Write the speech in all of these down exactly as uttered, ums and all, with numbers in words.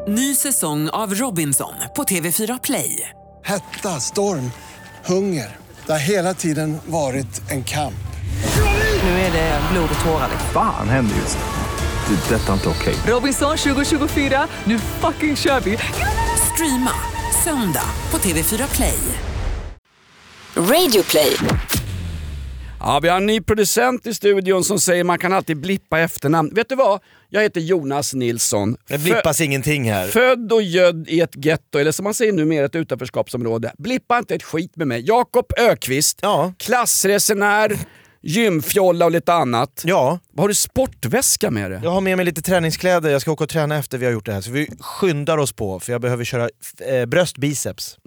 Ny säsong av Robinson på T V fyra Play. Hetta, storm, hunger. Det har hela tiden varit en kamp. Nu är det blod och tårar. Fan händer just det. Det är detta inte okej. Robinson tjugo tjugofyra, nu fucking kör vi. Streama söndag på T V fyra Play. Radio Play. Ja, vi har en ny producent i studion som säger man kan alltid blippa efternamn. Vet du vad? Jag heter Jonas Nilsson. Det blippas Fö- ingenting här. Född och gödd i ett getto, eller som man säger nu mer ett utanförskapsområde. Blippa inte ett skit med mig. Jakob Ökvist, ja. Klassresenär, gymfjolla och lite annat. Ja. Vad har du sportväska med dig? Jag har med mig lite träningskläder. Jag ska åka och träna efter vi har gjort det här. Så vi skyndar oss på, för jag behöver köra eh, bröstbiceps.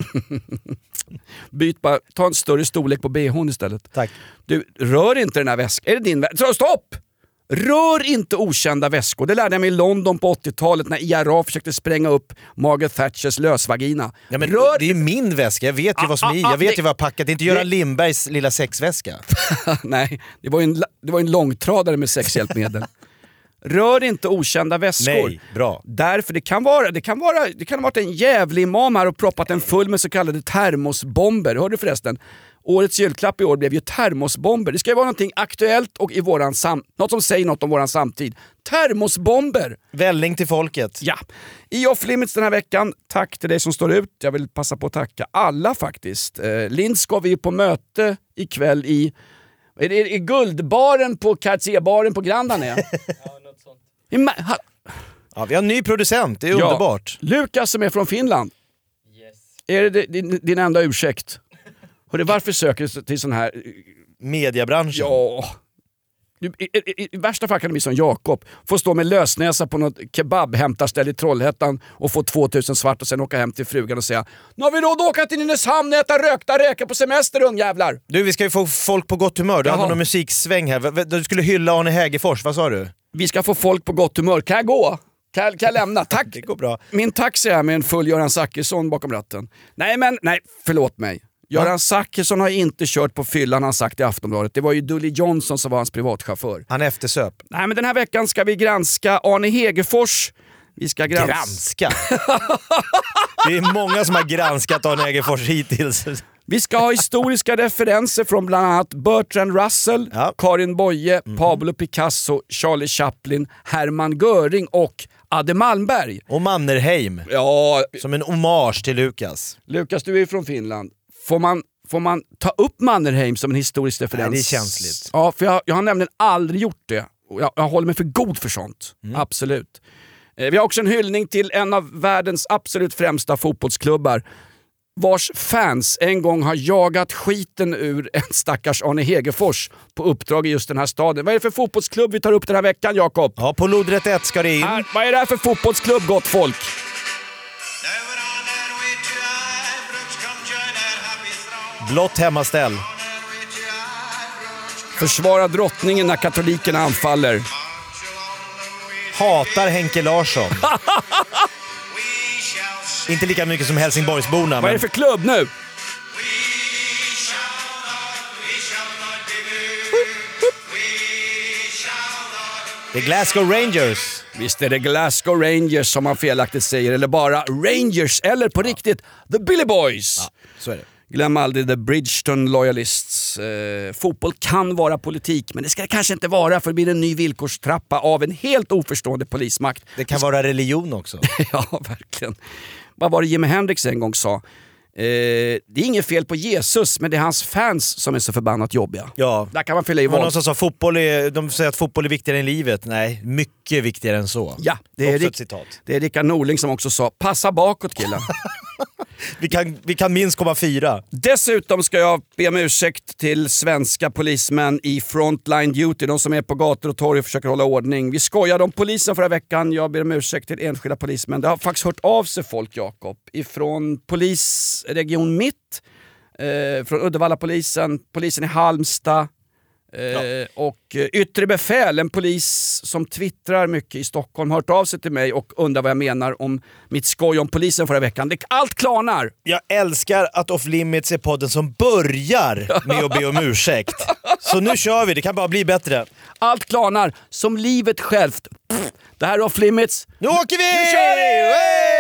Byt bara, ta en större storlek på B H:n istället. Tack. Du, rör inte den här väskan. Är det din väska? Stopp! Rör inte okända väskor. Det lärde jag mig i London på åttiotalet när I R A försökte spränga upp Margaret Thatchers lösvagina. Ja, men Rör... det är min väska, jag vet ju ah, vad som är i. Jag vet det... ju vad jag packat. Det är inte Göran det... Lindbergs lilla sexväska. Nej, det var ju en, det var en långtradare med sexhjälpmedel. Rör inte okända väskor. Nej, bra. Därför det kan vara, det kan vara, det kan ha varit en jävlig imam här och proppat en full med så kallade termosbomber. Hörde du förresten? Årets julklapp i år blev ju termosbomber. Det ska ju vara någonting aktuellt och i våran sam- något som säger något om våran samtid. Termosbomber! Välling till folket. Ja. I Off Limits den här veckan, tack till dig som står ut. Jag vill passa på att tacka alla faktiskt. Eh, Lind ska vi ju på möte ikväll i Är det i guldbaren på Cartier-baren på Grandan? Ja, något sånt. I ma- ha- ja, vi har en ny producent, det är ja. underbart. Lukas som är från Finland. Yes. Är det din, din enda ursäkt? Hörde, varför söker du till sån här... Mediebranschen? Ja. I, i, i, I värsta fall kan det bli som Jakob. Få stå med lösnäsa på något kebabhämtarställe i Trollhättan och få tvåtusen svart och sen åka hem till frugan och säga: nu har vi råd att åka till Nynäshamn och äta rökta räkor på semester, ungjävlar. Du, vi ska ju få folk på gott humör. Du hade någon musiksväng här. Du skulle hylla Arne Hägerfors, vad sa du? Vi ska få folk på gott humör. Kan jag gå? Kan jag, kan jag lämna? Tack. Det går bra. Min taxi är med en full Göran Zachrisson bakom ratten. Nej men, nej, förlåt mig. Göran Zachrisson har inte kört på fyllan, han sagt i Aftonbladet. Det var ju Dully Johnson som var hans privatchaufför. Han eftersöp. Nej, men den här veckan ska vi granska Arne Hägerfors. Vi ska grans- granska? Det är många som har granskat Arne Hägerfors hittills. Vi ska ha historiska referenser från bland annat Bertrand Russell, ja. Karin Boye, mm-hmm. Pablo Picasso, Charlie Chaplin, Hermann Göring och Adde Malmberg. Och Mannerheim. Ja. Som en hommage till Lukas. Lukas, du är från Finland. Får man, får man ta upp Mannerheim som en historisk referens? Nej, det är känsligt. Ja, för jag, jag har nämligen aldrig gjort det. Jag, jag håller mig för god för sånt. Mm. Absolut. Eh, vi har också en hyllning till en av världens absolut främsta fotbollsklubbar, vars fans en gång har jagat skiten ur en stackars Arne Hägerfors på uppdrag i just den här staden. Vad är det för fotbollsklubb vi tar upp den här veckan, Jakob? Ja, på lodrätt ett ska det in. Här, vad är det här för fotbollsklubb, gott folk? Blått hemmaställ. Försvara drottningen när katolikerna anfaller. Hatar Henke Larsson. Inte lika mycket som Helsingborgsborna. Vad men... är det för klubb nu? Det är Glasgow Rangers. Visst är det Glasgow Rangers som man felaktigt säger, eller bara Rangers, eller på ja. riktigt The Billy Boys. Ja, så är det. Glöm aldrig The Bridgeton Loyalists. Eh, fotboll kan vara politik, men det ska det kanske inte vara, för det blir en ny villkorstrappa av en helt oförstående polismakt. Det kan vara religion också. Ja, verkligen. Vad var det Jimi Hendrix en gång sa? Eh, det är inget fel på Jesus, men det är hans fans som är så förbannat jobbiga. Ja. Där kan man fylla i vad. Någon som sa fotboll är, de säger att fotboll är viktigare än livet. Nej, mycket viktigare än så. Ja, det är, Rik- citat. det är Rickard Norling som också sa: passa bakåt, killen. vi, kan, vi kan minst komma fyra. Dessutom ska jag be om ursäkt till svenska polismän i frontline duty, de som är på gator och torg och försöker hålla ordning. Vi skojade om polisen förra veckan. Jag ber om ursäkt till enskilda polismän. Det har faktiskt hört av sig folk, Jakob, ifrån polisregion Mitt, eh, från Uddevallapolisen, polisen i Halmstad, eh, ja. och yttre befäl, en polis som twittrar mycket i Stockholm, har hört av sig till mig och undrar vad jag menar om mitt skoj om polisen förra veckan. Det, allt klarnar! Jag älskar att Off Limits är podden som börjar med att be om ursäkt. Så nu kör vi, det kan bara bli bättre. Allt klarnar, som livet självt. Pff, det här är Off Limits. Nu åker vi! Nu kör vi!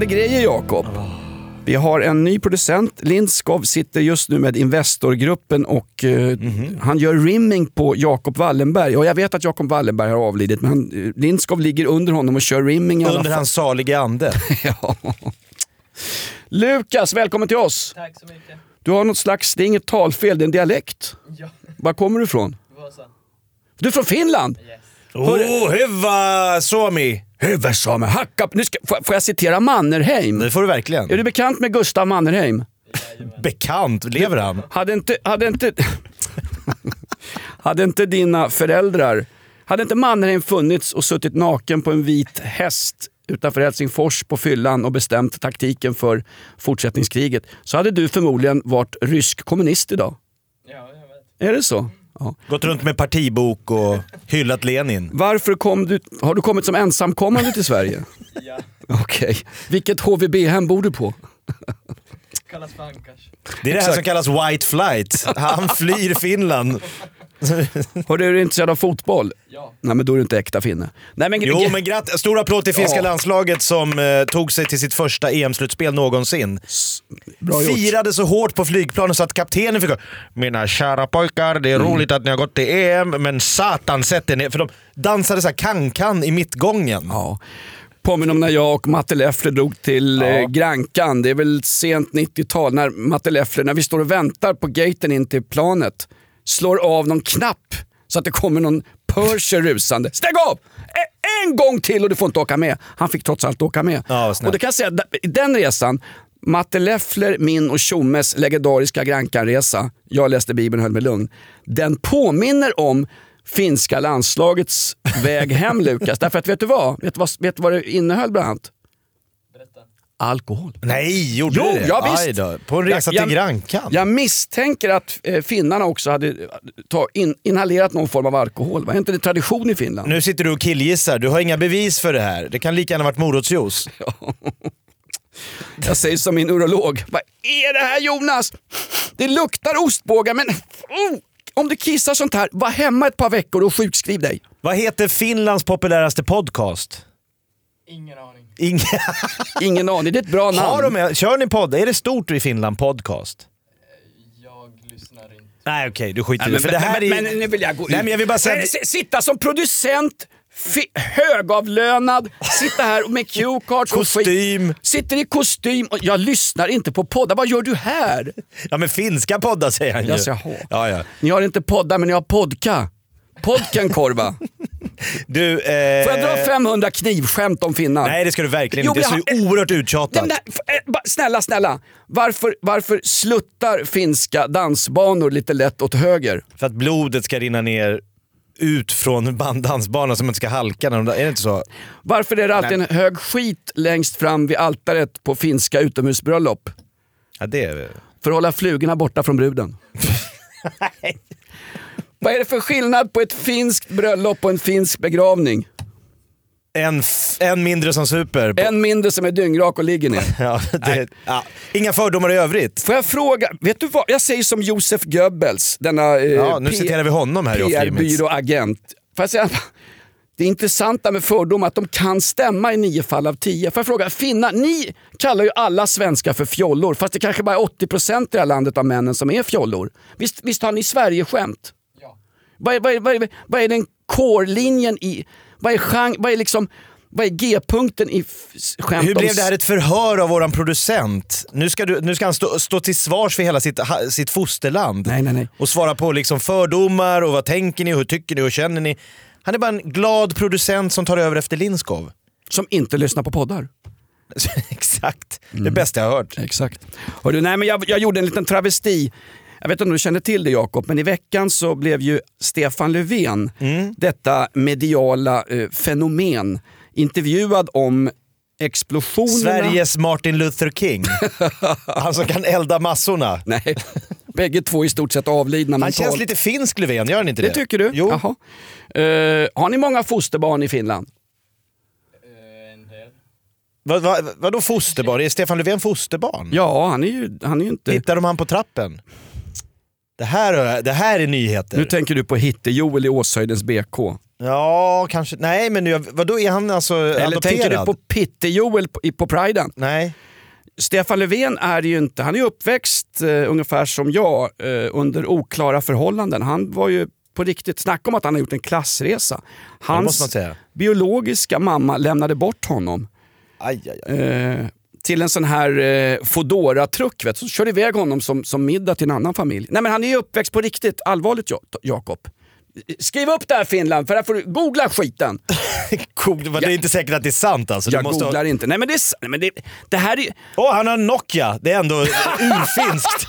Spännande grejer, Jakob. Vi har en ny producent. Lindskov sitter just nu med Investorgruppen och eh, mm-hmm. han gör rimming på Jakob Wallenberg. Och jag vet att Jakob Wallenberg har avlidit, men han, Lindskov ligger under honom och kör rimming i alla fall. Under hans saliga ande. Ja. Lukas, välkommen till oss. Tack så mycket. Du har något slags, det är inget talfel, det är en dialekt. Ja. Var kommer du ifrån? Vasa. Du är från Finland? Yes. Åh, oh, hyvä Suomi! Hyvä Suomi, hacka... Nu ska, får, får jag citera Mannerheim? Det får du verkligen. Är du bekant med Gustav Mannerheim? Jajamän. Bekant? Lever han? Hade inte... Hade inte, hade inte dina föräldrar... Hade inte Mannerheim funnits och suttit naken på en vit häst utanför Helsingfors på fyllan och bestämt taktiken för fortsättningskriget, så hade du förmodligen varit rysk kommunist idag. Ja, jag vet. Är det så? Ja. Gått runt med partibok och hyllat Lenin. Varför kom du... Har du kommit som ensamkommande till Sverige? Ja. Okej. Okay. Vilket H V B-hem bor du på? Kallas för Ankars. Det är det här som kallas white flight. Han flyr Finland. Har du är intresserad av fotboll? Ja. Nej, men då är du inte äkta finne. Nej, men... Jo, men gratt... stor applåd till finska ja. landslaget som eh, tog sig till sitt första E M-slutspel någonsin. Bra gjort. Firade så hårt på flygplanet så att kaptenen fick... Mina kära pojkar, det är mm. roligt att ni har gått till E M, men satan sätter ner... För de dansade så här kan-kan i mittgången. Ja. Påminner om när jag och Matte Leffler drog till ja. eh, Grankan. Det är väl sent nittiotal när Matte Leffler, när vi står och väntar på gaten in till planet, slår av någon knapp så att det kommer någon Porsche rusande. Stäng av! En gång till och du får inte åka med. Han fick trots allt åka med. Ja, och det kan jag säga, i den resan, Matte Leffler, min och Tjommes legendariska Grankan-resa, jag läste Bibeln och höll mig lugn, den påminner om finska landslagets väg hem, Lukas. Därför att vet du vad? Vet du vad, vet du vad det innehöll bland annat? Berätta. Alkohol. Nej, gjorde jo, du det? Ja, visst. Aj då. På en resa jag, till Grankan. Jag misstänker att eh, finnarna också hade ta, in, inhalerat någon form av alkohol. Var inte det tradition i Finland? Nu sitter du och killgissar. Du har inga bevis för det här. Det kan lika gärna varit morotsjuice. Jag säger som min urolog. Vad är det här, Jonas? Det luktar ostbågar, men... Oh, om du kissar sånt här, var hemma ett par veckor och sjukskriv dig. Vad heter Finlands populäraste podcast? Ingen aning. Ingen, Ingen aning, det är ett bra namn. Har de, kör ni podd? Är det stort i Finland podcast? Jag lyssnar inte. Nej, okej, okay, du skiter i det. För det här men, är... men nu vill jag gå Nej, ut. men jag vill bara säga... Sitta som producent, fi- högavlönad, sitta här med cue-cards och kostym. skit. Sitter i kostym och jag lyssnar inte på poddar. Vad gör du här? Ja, men finska poddar säger han ju. Jag säger, ja, ja. Ni har inte poddar, men ni har podka. Podken, korva. Du, eh... Får jag dra femhundra knivskämt om finnar? Nej, det ska du verkligen jo, inte. Det är så har... oerhört uttjatat. Nej, nej, snälla, snälla. Varför, varför sluttar finska dansbanor lite lätt åt höger? För att blodet ska rinna ner ut från dansbanan så man inte ska halka. När de, är det inte så? Varför är det alltid nej. en hög skit längst fram vid altaret på finska utomhusbröllop? Ja, det är... För att hålla flugorna borta från bruden. Vad är det för skillnad på ett finskt bröllop och en finsk begravning? En, f- en mindre som super. En mindre som är dyngrak och ligger ner. ja, det, ja. Inga fördomar i övrigt. Får jag fråga, vet du vad? Jag säger som Josef Goebbels, denna eh, ja, nu P- citerar vi honom här i P R-byråagent. Får jag säga, det är intressanta med fördomar att de kan stämma i nio fall av tio. Får jag fråga, finna, ni kallar ju alla svenskar för fjollor, fast det kanske bara är åttio procent i det här landet av männen som är fjollor. Visst, visst har ni Sverige-skämt? Ja. Vad är, vad är, vad är, vad är den core-linjen i... Vad är, genre, vad är, liksom, vad är G-punkten i f- skämt? Hur blev det här ett förhör av våran producent? Nu ska, du, nu ska han stå, stå till svars för hela sitt, ha, sitt fosterland. Nej, nej, nej. Och svara på liksom fördomar och vad tänker ni, hur tycker ni, hur känner ni? Han är bara en glad producent som tar över efter Lindskov. Som inte lyssnar på poddar. Exakt, det Mm. bästa jag har hört. Exakt. Hörru, nej, men jag, jag gjorde en liten travesti. Jag vet inte om du känner till det, Jakob, men i veckan så blev ju Stefan Löfven, mm. detta mediala eh, fenomen, intervjuad om explosionerna. Sveriges Martin Luther King. Han som kan elda massorna. Nej, bägge två i stort sett avlidna. Han mentalt. känns lite finsk, Löfven, gör han inte det? Det tycker du? Jo. Jaha. Uh, har ni många fosterbarn i Finland? Uh, en del. Vad, vad, vadå fosterbarn? Är Stefan Löfven fosterbarn? Ja, han är ju, han är ju inte... Hittar de han på trappen? Det här, det här är nyheter. Nu tänker du på Hitte-Joel i Åshöjdens B K. Ja, kanske. Nej, men nu, vadå är han alltså Eller adopterad? tänker du på Pitte-Joel på, på Priden? Nej. Stefan Löfven är ju inte, han är uppväxt eh, ungefär som jag eh, under oklara förhållanden. Han var ju på riktigt, snacka om att han har gjort en klassresa. Hans måste man säga. biologiska mamma lämnade bort honom. Aj, aj, aj. Eh, till en sån här eh, Fodora-truck, vet, så körde iväg honom som, som middag till en annan familj. Nej, men han är ju uppväxt på riktigt, allvarligt, Jakob. Skriv upp det här, Finland, för där får du googla skiten. Cool, det är inte säkert att det är sant alltså. Jag du måste googlar ha... inte. Nej, men det, är, nej, men det, det här är... Åh, oh, han har en Nokia. Det är ändå urfinskt.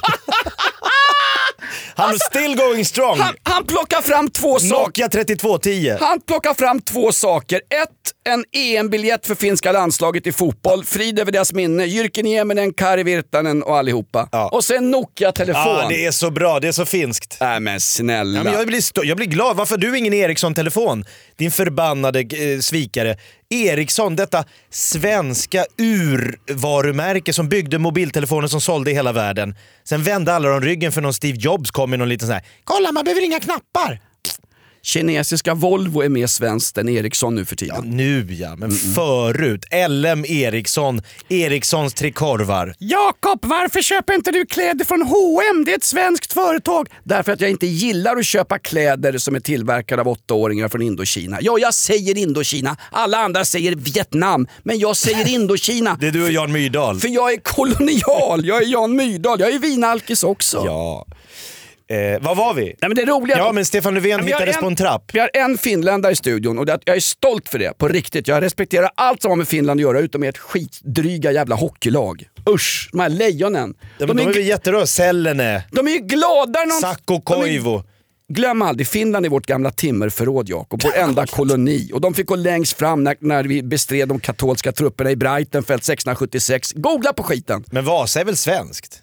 Han är still going strong. Han, han plockar fram två saker. Nokia trettiotvå tio. Han plockar fram två saker. Ett, en E M-biljett för finska landslaget i fotboll. Frid över deras minne. Jyrki Nieminen, Kari Virtanen och allihopa. Ja. Och sen Nokia-telefon. Ja, det är så bra. Det är så finskt. Nej, men snälla. Ja, men jag, blir sto- jag blir glad. Varför har du ingen Ericsson-telefon? Din förbannade eh, svikare. Ericsson, detta svenska urvarumärke som byggde mobiltelefoner som sålde i hela världen. Sen vände alla de ryggen för någon Steve Jobs kom i någon liten sån här. Kolla, man behöver inga knappar. Kinesiska Volvo är mer svenskt än Ericsson nu för tiden. Ja, nu ja, men mm. förut. L M Ericsson, Ericssons trekorvar. Jakob, varför köper inte du kläder från H och M? Det är ett svenskt företag. Därför att jag inte gillar att köpa kläder som är tillverkade av åttaåringar från Indokina. Ja, jag säger Indokina. Alla andra säger Vietnam. Men jag säger Indokina. Det är du och Jan Myrdal. För jag är kolonial. Jag är Jan Myrdal. Jag är vinalkis också. Ja. Eh, vad var vi? Nej, men det är roliga. Ja, men Stefan Löfven men hittades en, på en trapp. Vi har en finländare i studion och det, jag är stolt för det, på riktigt. Jag respekterar allt som har med Finland att göra utom ett skitdryga jävla hockeylag. Usch, de här lejonen. Ja, de, de är, är ju jätteröra, Sellene. De är ju glada. Någon, Sakko Koivu. Glöm aldrig, Finland är vårt gamla timmerförråd, Jakob. Vår enda koloni. Och de fick gå längst fram när, när vi bestred de katolska trupperna i Breitenfeld sextonhundrasjuttiosex. Googla på skiten. Men Vasa är väl svenskt?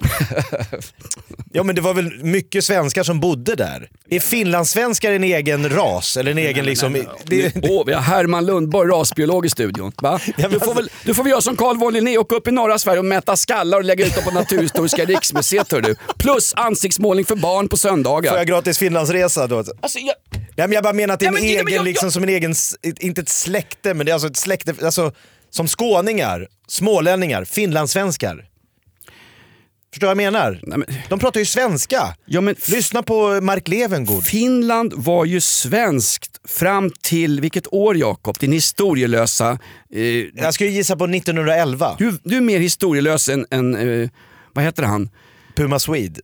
Ja, men det var väl mycket svenskar som bodde där. Är finlandssvenskar en egen ras? Eller en egen nej, liksom... Nej, nej. Det... Åh, vi har Herman Lundborg, rasbiolog i studion. Va? Ja, du, får väl, du får väl göra som Carl von Linné, åka upp i norra Sverige och mäta skallar och lägga ut dem på Naturhistoriska riksmuseet, hör du. Plus ansiktsmålning för barn på söndagar. Får jag gratis Finlandsresa då? Alltså, jag... Nej, men jag bara menar att det är en ja, men, egen, men jag, liksom jag... som en egen, inte ett släkte, men det är alltså ett släkte, alltså som skåningar, smålänningar, finlandssvenskar. Förstår vad jag menar? Nej, men... De pratar ju svenska. Ja, men... Lyssna på Mark Levengood. Finland var ju svenskt fram till, vilket år, Jakob? Din historielösa... Eh... Jag skulle gissa på nittonhundraelva. Du, du är mer historielös än, än eh, vad heter han? Puma Swede.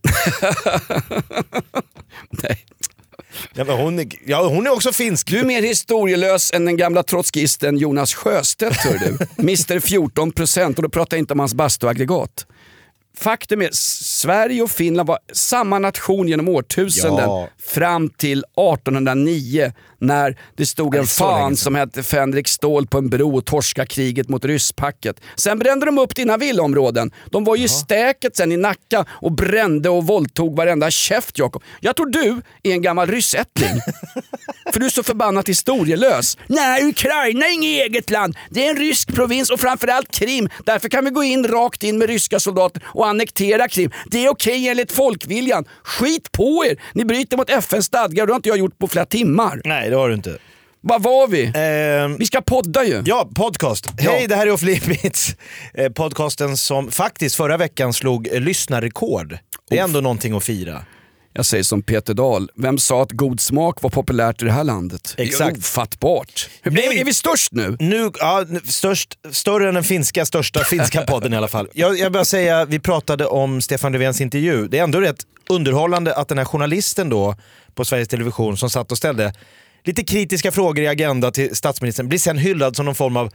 Nej. Ja, men hon, är, ja, hon är också finsk. Du är mer historielös än den gamla trotskisten Jonas Sjöstedt, hör du. mister fjorton procent, och då pratar jag inte om hans bastuaggregat. Faktum är, Sverige och Finland var samma nation genom årtusenden, ja. Fram till artonhundranio när det stod en fan som hette Fänrik Stål på en bro och torska kriget mot rysspacket. Sen brände de upp dina villaområden. De var ju ja. stäket sen i Nacka och brände och våldtog varenda käft, Jakob. Jag tror du är en gammal ryssättling. För du är så förbannat historielös. Nej, Ukraina är inget eget land. Det är en rysk provins och framförallt Krim. Därför kan vi gå in rakt in med ryska soldater och annektera Krim. Det är okej enligt folkviljan. Skit på er. Ni bryter mot F N:s stadgar och det har inte jag gjort på flera timmar. Nej, det har du inte. Vad var vi? Eh, vi ska podda ju. Ja, podcast. Ja. Hej, det här är Off Limits. Eh, podcasten som faktiskt förra veckan slog eh, lyssnarrekord. Det är ändå någonting att fira. Jag säger som Peter Dahl. Vem sa att god smak var populärt i det här landet? Exakt. Det är ofattbart. Hur blev, är vi störst nu? Nu, ja, störst, större än den finska, största finska podden i alla fall. Jag, jag bara säga, vi pratade om Stefan Löfvens intervju. Det är ändå rätt underhållande att den här journalisten då på Sveriges Television som satt och ställde lite kritiska frågor i Agenda till statsministern blir sen hyllad som någon form av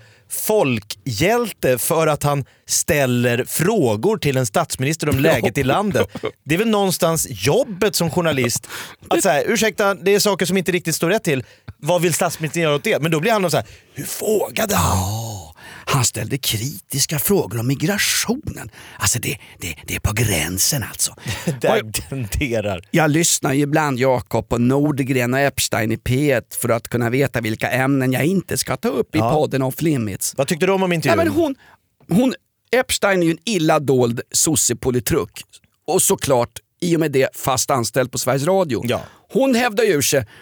folkhjälte för att han ställer frågor till en statsminister om läget i landet. Det är väl någonstans jobbet som journalist att säga, ursäkta, det är saker som inte riktigt står rätt till. Vad vill statsministern göra åt det? Men då blir han så här, hur frågade han? Oh, han ställde kritiska frågor om migrationen. Alltså det, det, det är på gränsen alltså. Det tenderar. Jag lyssnar ju ibland, Jakob, på Nordgren och Epstein i P ett för att kunna veta vilka ämnen jag inte ska ta upp i ja. podden Off Limits. Vad tyckte du om intervjun? Nej, men hon, hon, Epstein är ju en illa dold sossepolitruk. Och såklart, i och med det, fast anställd på Sveriges Radio. Ja. Hon hävdar ju sig.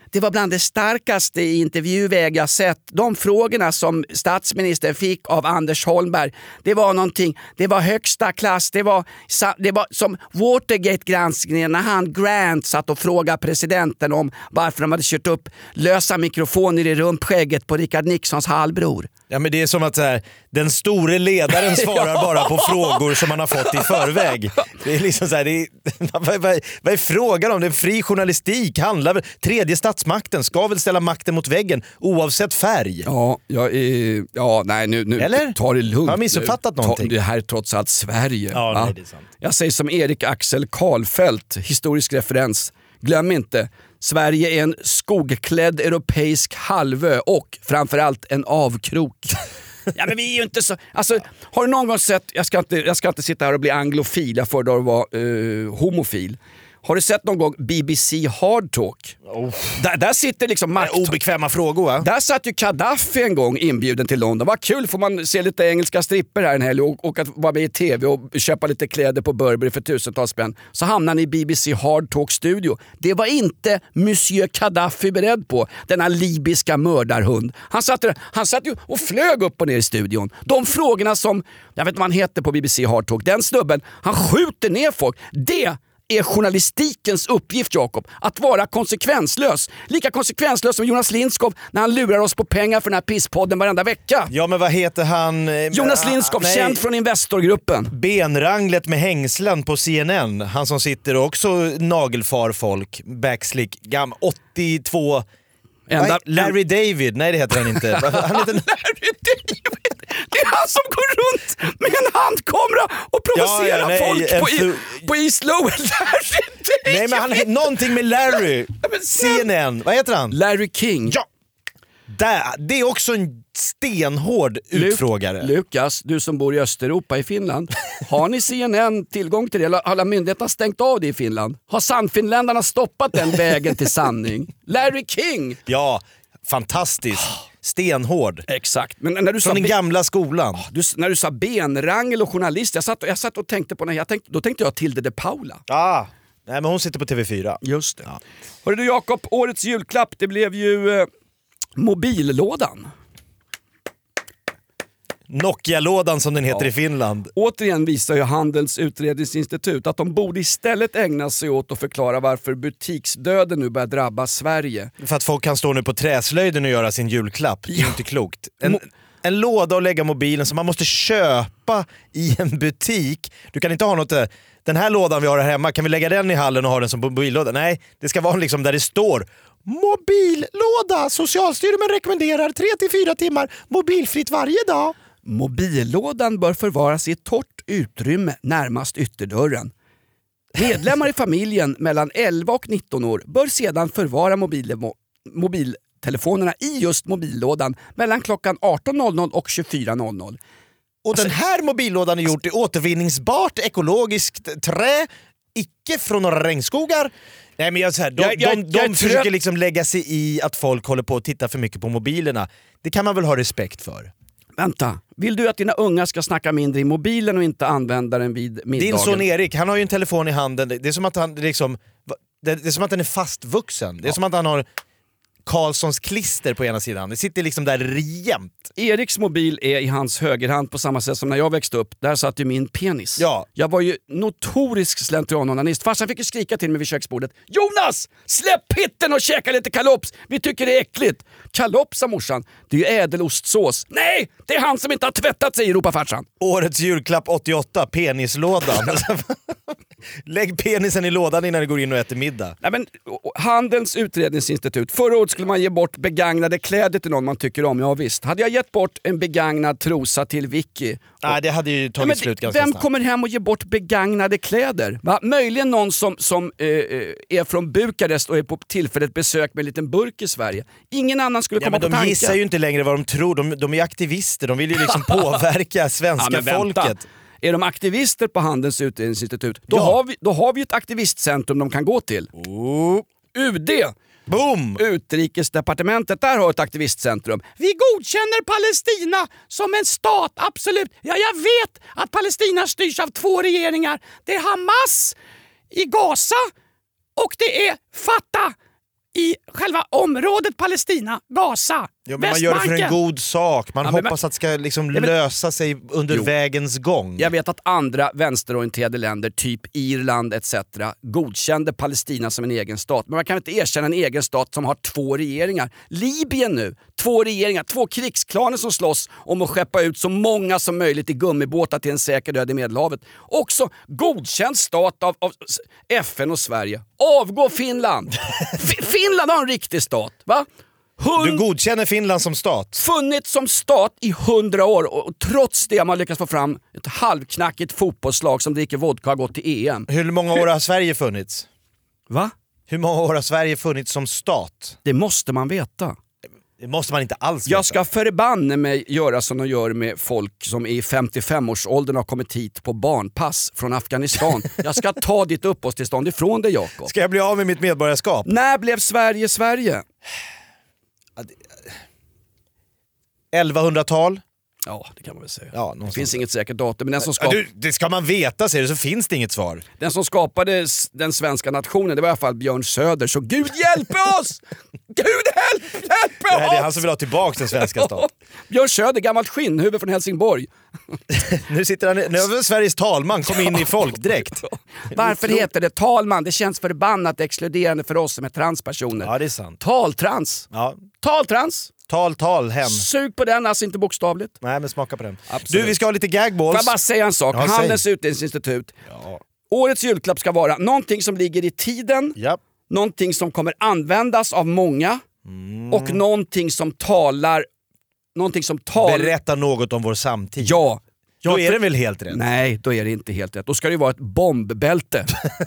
det var bland det starkaste i intervjuväg jag sett. De frågorna som statsministern fick av Anders Holmberg, det var någonting, det var högsta klass. Det var, det var som Watergate-granskningen när han Grant satt och frågade presidenten om varför de hade kört upp lösa mikrofoner i rumpskägget på Richard Nixons halvbror. Ja, men det är som att så här, den store ledaren svarar Ja. bara på frågor som man har fått i förväg. Det är liksom så här, det är, vad, vad, vad är frågan om? Det är fri journalistik, handlar väl, tredje statsmakten ska väl ställa makten mot väggen oavsett färg. Ja, jag är, ja nej nu, nu Eller? ta det lugnt. Har jag missuppfattat Ta, någonting? det här är trots allt Sverige. Ja, va? nej, det är sant. Jag säger som Erik Axel Karlfeldt, historisk referens. Glöm inte, Sverige är en skogklädd europeisk halvö och framförallt en avkrok. Ja, men vi är ju inte så... Alltså, har du någon gång sett... Jag ska inte, jag ska inte sitta här och bli anglofil, jag föredrar att vara uh, homofil. Har du sett någon gång B B C Hard Talk? Oh. Där, där sitter liksom makt... Obekväma frågor, va? Där satt ju Gaddafi en gång inbjuden till London. Vad kul, får man se lite engelska stripper här en helg och, och att vara med i tv och köpa lite kläder på Burberry för tusentals spänn. Så hamnar ni i B B C Hard Talk studio. Det var inte Monsieur Gaddafi beredd på, denna libyska mördarhund. Han satt, han satt ju och flög upp och ner i studion. De frågorna som, jag vet inte vad han heter på B B C Hard Talk, den snubben, han skjuter ner folk. Det är journalistikens uppgift, Jakob, att vara konsekvenslös. Lika konsekvenslös som Jonas Lindskov när han lurar oss på pengar för den här pisspodden varenda vecka. Ja, men vad heter han? Jonas Lindskov, nej. känd från Investorgruppen. Benranglet med hängslen på C N N. Han som sitter och också nagelfar folk. Backslick, gam, åttiotvå... Ända, Nej, Larry David, nej det heter han inte. Han heter... Larry David! Det är han som går runt med en handkamera och provocerar ja, ja, nej, folk på, en... i, på East Lower. Larry David! Nej, men han, någonting med Larry. C N N, vad heter han? Larry King. Ja! Där, det är också en stenhård utfrågare. Lukas, du som bor i Östeuropa i Finland. Har ni C N N tillgång till det? Eller har alla myndigheterna stängt av det i Finland? Har sannfinländarna stoppat den vägen till sanning? Larry King! Ja, fantastisk. Stenhård. Exakt. Men när du Från sa den be- gamla skolan. Oh, du, när du sa benrangel och journalist, jag satt, jag satt och tänkte på, när jag tänkte, då tänkte jag Tilde de Paula. Ah. Nej, men hon sitter på T V fyra. Just det. Ja. Hörru du Jakob, årets julklapp, det blev ju eh, mobillådan. Nokia-lådan som den heter Ja. i Finland. Återigen visar ju Handelns utredningsinstitut att de borde istället ägna sig åt att förklara varför butiksdöden nu börjar drabba Sverige. För att folk kan stå nu på träslöjden och göra sin julklapp. Det är Ja. inte klokt. En, en låda att lägga mobilen som man måste köpa i en butik. Du kan inte ha något... Den här lådan vi har här hemma, kan vi lägga den i hallen och ha den som mobillåda? Nej, det ska vara liksom där det står mobillåda. Socialstyrelsen rekommenderar tre till fyra timmar mobilfritt varje dag. Mobillådan bör förvaras i ett torrt utrymme närmast ytterdörren. Medlemmar i familjen mellan elva och nitton år bör sedan förvara mobil- mobiltelefonerna i just mobillådan mellan klockan arton noll noll och tjugofyra noll noll. Och den här mobillådan är gjord i återvinningsbart ekologiskt trä, icke från några regnskogar. Nej, men jag, så här, de Jag- jag- de, de jag försöker trött- liksom lägga sig i att folk håller på att titta för mycket på mobilerna. Det kan man väl ha respekt för. Vänta, vill du att dina unga ska snacka mindre i mobilen och inte använda den vid middagen? Din son Erik, han har ju en telefon i handen. Det är som att han liksom, det är som att den är fastvuxen. Det är som att han har Karlssons klister på ena sidan. Det sitter liksom där jämt. Eriks mobil är i hans högerhand på samma sätt som när jag växte upp. Där satt ju min penis. Ja. Jag var ju notorisk slentrianonanist. Farsan fick ju skrika till mig vid köksbordet. Jonas! Släpp pitten och käka lite kalops! Vi tycker det är äckligt. Kalops, sa morsan. Det är ju ädelostsås. Nej! Det är han som inte har tvättat sig, ropar farsan. Årets julklapp åttioåtta, penislådan. Lägg penisen i lådan innan du går in och äter middag. Nej, men, Handelns utredningsinstitut. Förra året skulle man ge bort begagnade kläder till någon man tycker om. Ja visst. Hade jag gett bort en begagnad trosa till Vicky? Nej, det hade ju tagit Ja, men slut ganska vem snabbt. kommer hem och ger bort begagnade kläder? Va? Möjligen någon som, som eh, är från Bukarest och är på tillfälligt besök med en liten burk i Sverige. Ingen annan skulle Ja, komma men på de tanken. gissar ju inte längre vad de tror. De, de är aktivister. De vill ju liksom påverka svenska Ja, men vänta. folket. Är de aktivister på Handelns utredningsinstitut, då, Ja. har vi, då har vi ett aktivistcentrum de kan gå till. Oh. U D! Boom! Utrikesdepartementet, där har ett aktivistcentrum. Vi godkänner Palestina som en stat, absolut. Ja, jag vet att Palestina styrs av två regeringar. Det är Hamas i Gaza och det är Fatah i själva området Palestina, Gaza, ja, men man gör det för en god sak. Man ja, hoppas man... att det ska liksom vet... lösa sig under jo. vägens gång. Jag vet att andra vänsterorienterade länder, typ Irland et cetera, godkände Palestina som en egen stat. Men man kan inte erkänna en egen stat som har två regeringar. Libyen nu, två regeringar, två krigsklaner som slåss om att skeppa ut så många som möjligt i gummibåtar till en säker död i Medelhavet. Också godkänd stat av, av F N och Sverige. Avgå Finland! F- Finland har en riktig stat, va? Hund... Du godkänner Finland som stat? Funnits som stat i hundra år och, och trots det har man lyckats få fram ett halvknackigt fotbollslag som dricker vodka har gått till E M. Hur många år har Sverige funnits? Va? Hur många år har Sverige funnits som stat? Det måste man veta. Det måste man inte alls veta. Jag ska förbanne mig göra som de gör med folk som är i femtiofem-årsåldern och har kommit hit på barnpass från Afghanistan. Jag ska ta ditt uppehållstillstånd ifrån dig, Jakob. Ska jag bli av med mitt medborgarskap? När blev Sverige Sverige? elvahundratal? Ja, det kan man väl säga. Ja, det finns inget säkert datum. Men den som skap... ja, du, det ska man veta, säger du, så finns det inget svar. Den som skapade den svenska nationen, det var i alla fall Björn Söder. Så Gud hjälpe oss! Gud hjälp, hjälpe oss! Det är han som vill ha tillbaka den svenska staten. Björn Söder, gammalt skinnhuvud från Helsingborg. Nu sitter han, nu är Sveriges talman, kom in i folkdräkt. Varför heter det talman? Det känns förbannat exkluderande för oss som är transpersoner. Ja, det är sant. Taltrans. Ja. Taltrans. Tal, tal, hem. Sug på den, alltså inte bokstavligt. Nej, men smaka på den. Absolut. Du, vi ska ha lite gagballs. Får jag bara säga en sak? Ja, Handelns utdelningsinstitut. Ja. Årets julklapp ska vara någonting som ligger i tiden. Ja. Någonting som kommer användas av många. Mm. Och någonting som talar... Någonting som talar... Berätta något om vår samtid. Ja. Då är det väl helt rätt? Nej, då är det inte helt rätt. Då ska det vara ett bombbälte.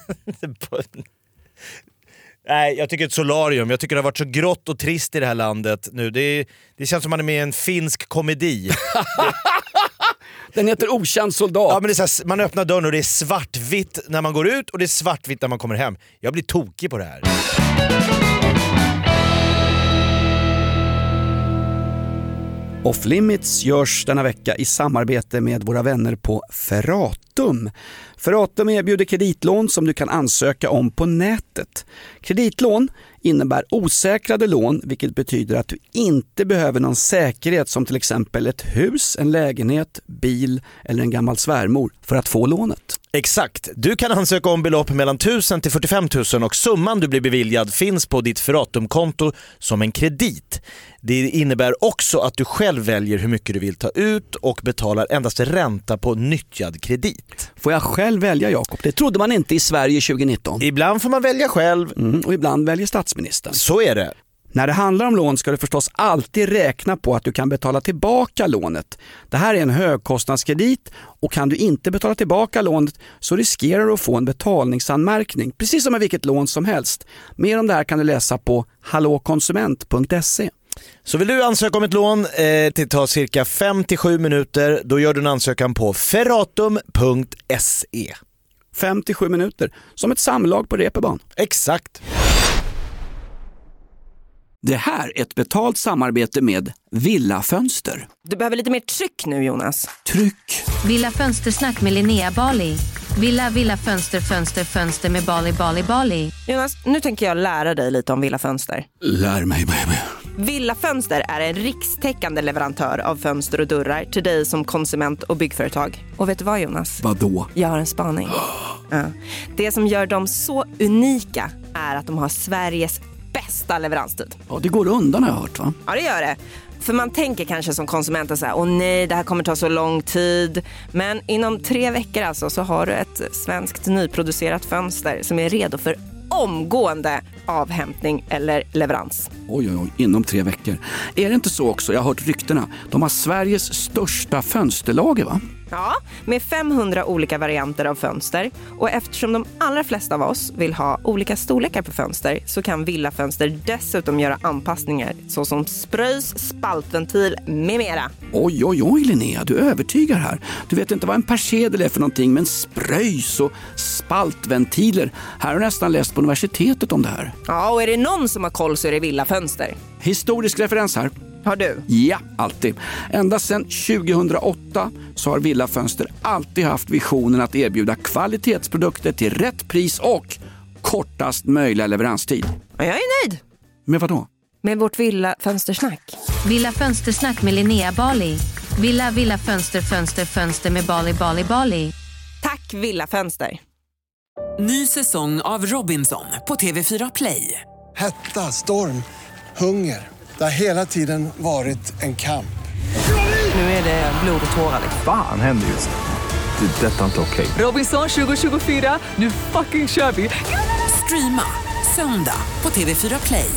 Nej, jag tycker ett solarium. Jag tycker det har varit så grått och trist i det här landet nu. Det, det känns som man är med i en finsk komedi. Den heter Okänd soldat. Ja, men det är så här, man öppnar dörren och det är svartvitt när man går ut och det är svartvitt när man kommer hem. Jag blir tokig på det här. Off Limits görs denna vecka i samarbete med våra vänner på Ferratum. Ferratum erbjuder kreditlån som du kan ansöka om på nätet. Kreditlån innebär osäkrade lån, vilket betyder att du inte behöver någon säkerhet som till exempel ett hus, en lägenhet, bil eller en gammal svärmor för att få lånet. Exakt. Du kan ansöka om belopp mellan tusen till fyrtiofem tusen och summan du blir beviljad finns på ditt Ferratum-konto som en kredit. Det innebär också att du själv väljer hur mycket du vill ta ut och betalar endast ränta på nyttjad kredit. Får jag själv välja, Jakob? Det trodde man inte i Sverige tjugonitton. Ibland får man välja själv. Mm, och ibland väljer statsministern. Så är det. När det handlar om lån ska du förstås alltid räkna på att du kan betala tillbaka lånet. Det här är en högkostnadskredit och kan du inte betala tillbaka lånet så riskerar du att få en betalningsanmärkning. Precis som med vilket lån som helst. Mer om det här kan du läsa på hallå konsument punkt se. Så vill du ansöka om ett lån, eh, det tar cirka fem till sju minuter. Då gör du en ansökan på ferratum punkt se. fem till sju minuter, som ett samlag på reeperbahn. Exakt. Det här är ett betalt samarbete med Villa Fönster. Du behöver lite mer tryck nu, Jonas. Tryck. Villa Fönstersnack med Linnea Bali. Villa, Villa Fönster, Fönster, Fönster med Bali, Bali, Bali. Jonas, nu tänker jag lära dig lite om Villa Fönster. Lär mig, baby. Villa Fönster är en rikstäckande leverantör av fönster och dörrar till dig som konsument och byggföretag. Och vet du vad, Jonas? Vadå? Jag har en spaning. Ja. Det som gör dem så unika är att de har Sveriges bästa leveranstid. Ja, det går undan har jag hört, va? Ja, det gör det. För man tänker kanske som konsument så här, åh nej, det här kommer ta så lång tid. Men inom tre veckor alltså så har du ett svenskt nyproducerat fönster som är redo för omgående avhämtning eller leverans. Oj, oj, oj, inom tre veckor. Är det inte så också? Jag har hört ryktena. De har Sveriges största fönsterlager, va? Ja, med femhundra olika varianter av fönster. Och eftersom de allra flesta av oss vill ha olika storlekar på fönster så kan Villa Fönster dessutom göra anpassningar såsom spröjs, spaltventil med mera. Oj, oj, oj Linnea, du övertygar här. Du vet inte vad en persedel är för någonting, men spröjs och spaltventiler. Här har jag nästan läst på universitetet om det här. Ja, och är det någon som har koll så är det Villa Fönster. Historisk referens här. Har du? Ja, alltid. Ända sedan tjugohundraåtta så har Villa Fönster alltid haft visionen att erbjuda kvalitetsprodukter till rätt pris och kortast möjliga leveranstid. Ja, jag är nöjd. Med vad då? Med vårt Villa Fönstersnack. Villa Fönstersnack med Linnea Bali. Villa, villa, fönster, fönster, fönster med Bali, Bali, Bali. Tack Villa Fönster. Ny säsong av Robinson på T V fyra Play. Hetta, storm, hunger. Det har hela tiden varit en kamp. Nu är det blod och tårar. Fan händer just det. Det är detta inte okej. Robinson tjugo tjugofyra, nu fucking kör vi. Streama söndag på T V fyra Play.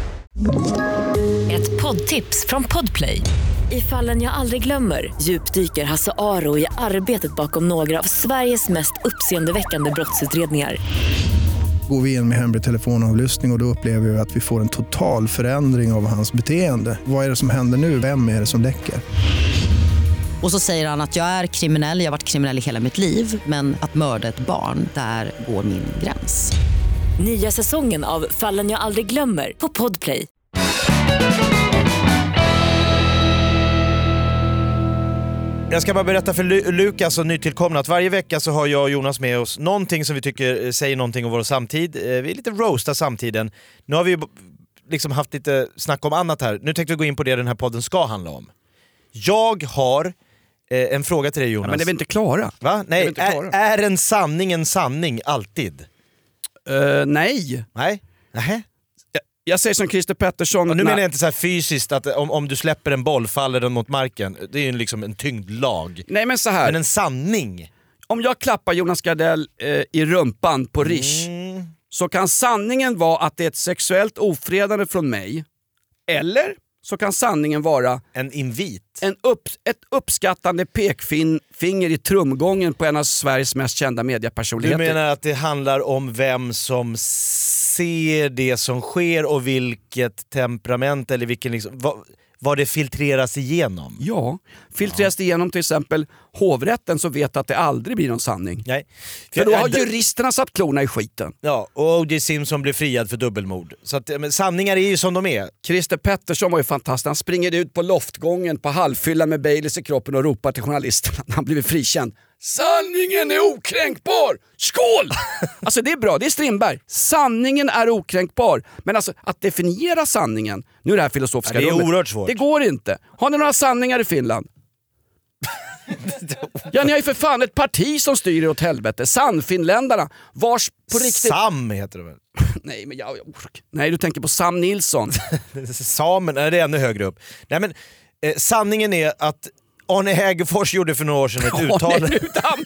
Ett poddtips från Podplay. I Fallen jag aldrig glömmer djupdyker Hasse Aro i arbetet bakom några av Sveriges mest uppseendeväckande brottsutredningar. Går vi in med hemlig telefonavlyssning och, och då upplever vi att vi får en total förändring av hans beteende. Vad är det som händer nu? Vem är det som läcker? Och så säger han att jag är kriminell, jag har varit kriminell i hela mitt liv, men att mörda ett barn, där går min gräns. Nya säsongen av Fallen jag aldrig glömmer på Podplay. Jag ska bara berätta för Lu- Lukas och nytillkomna att varje vecka så har jag och Jonas med oss någonting som vi tycker säger någonting om vår samtid. Vi är lite roasta samtiden. Nu har vi liksom haft lite snack om annat här. Nu tänkte vi gå in på det den här podden ska handla om. Jag har eh, en fråga till dig, Jonas. Ja, men det är vi inte klara. Va? Nej, är, inte klara. Är, är en sanning en sanning alltid? Uh, nej. Nej? Nej. Jag, jag säger som Christer Pettersson. Och nu menar jag inte så här fysiskt att om, om du släpper en boll faller den mot marken. Det är ju liksom en tyngdlag. Nej, men så här. Men en sanning. Om jag klappar Jonas Gardell eh, i rumpan på Rish, mm. så kan sanningen vara att det är ett sexuellt ofredande från mig. Eller så kan sanningen vara en invit. En upp, ett uppskattande pekfinger i trumgången på en av Sveriges mest kända mediapersonligheter. Du menar att det handlar om vem som ser det som sker och vilket temperament eller vilken liksom, vad, vad det filtreras igenom? Ja, filtreras det igenom till exempel hovrätten, så vet att det aldrig blir någon sanning. Nej. För då har juristerna satt klorna i skiten. Ja, och O J Simpson blev friad för dubbelmord. Så att, men sanningar är ju som de är. Christer Pettersson var ju fantastisk. Han springer ut på loftgången på halvfylla med Baileys i kroppen och ropar till journalisterna. Han blivit frikänd. Sanningen är okränkbar! Skål! Alltså det är bra, det är Strindberg. Sanningen är okränkbar. Men alltså att definiera sanningen, nu är det här filosofiska ja, det är rummet. oerhört svårt. Det går inte. Har ni några sanningar i Finland? Ja, ni har ju för fan ett parti som styr er åt helvete. Sannfinländarna, vars på riktigt... Sam heter det väl? Nej, men jag, jag Nej, du tänker på Sam Nilsson. Samen, nej, det är ännu högre upp. Nej, men eh, sanningen är att Arne Hägerfors gjorde för några år sedan ett uttalande.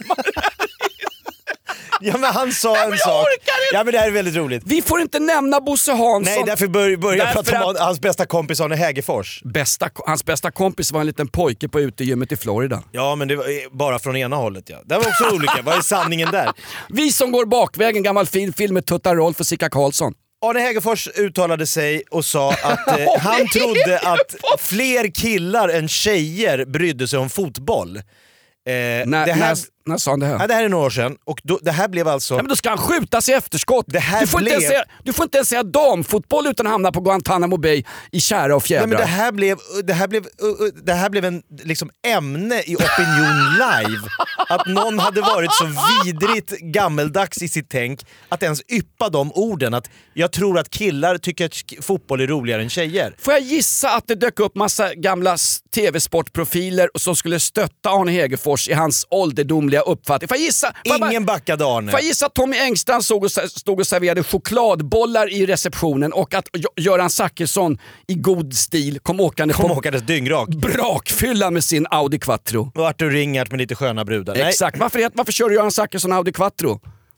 Ja, men han sa Nej, en men sak. Ja, men det här är väldigt roligt. Vi får inte nämna Bosse Hansson. Nej, därför börjar bör jag Därför prata om att... hans bästa kompis Arne Hägerfors. Bästa, hans bästa kompis var en liten pojke på utegymmet i Florida. Ja, men det var bara från ena hållet. Ja. Det var också olika. Vad är sanningen där? Vi som går bakvägen, gammal fin film med Tutta Rolf och Sicka Karlsson. Arne Hägerfors uttalade sig och sa att eh, han trodde att fler killar än tjejer brydde sig om fotboll. Eh, när, det här... när, när sa han det här? Ja, det här är några år sedan. Och då, det här blev alltså... Ja, men då ska han skjutas i efterskott. Det här du, får blev... inte säga, du får inte ens säga damfotboll utan att hamna på Guantanamo Bay i kära och fjädrar. Nej, men det här blev, det här blev, det här blev en liksom, ämne i Opinion Live. Att någon hade varit så vidrigt gammeldags i sitt tänk att ens yppa de orden. Att jag tror att killar tycker att fotboll är roligare än tjejer. Får jag gissa att det dök upp massa gamla tv-sportprofiler som skulle stötta Arne Hägerfors i hans ålderdomliga uppfattning? Får jag gissa? Får Ingen jag bara, backade Arne. Får jag gissa att Tommy Engstrand stod och, stod och serverade chokladbollar i receptionen och att Göran Zachrisson i god stil kom åkande kom på åkandes dyngrak. Brakfylla med sin Audi Quattro. Och Arthur Ringart med lite sköna brudar. Exakt. Varför, varför kör Göran Zachrisson Audi Quattro?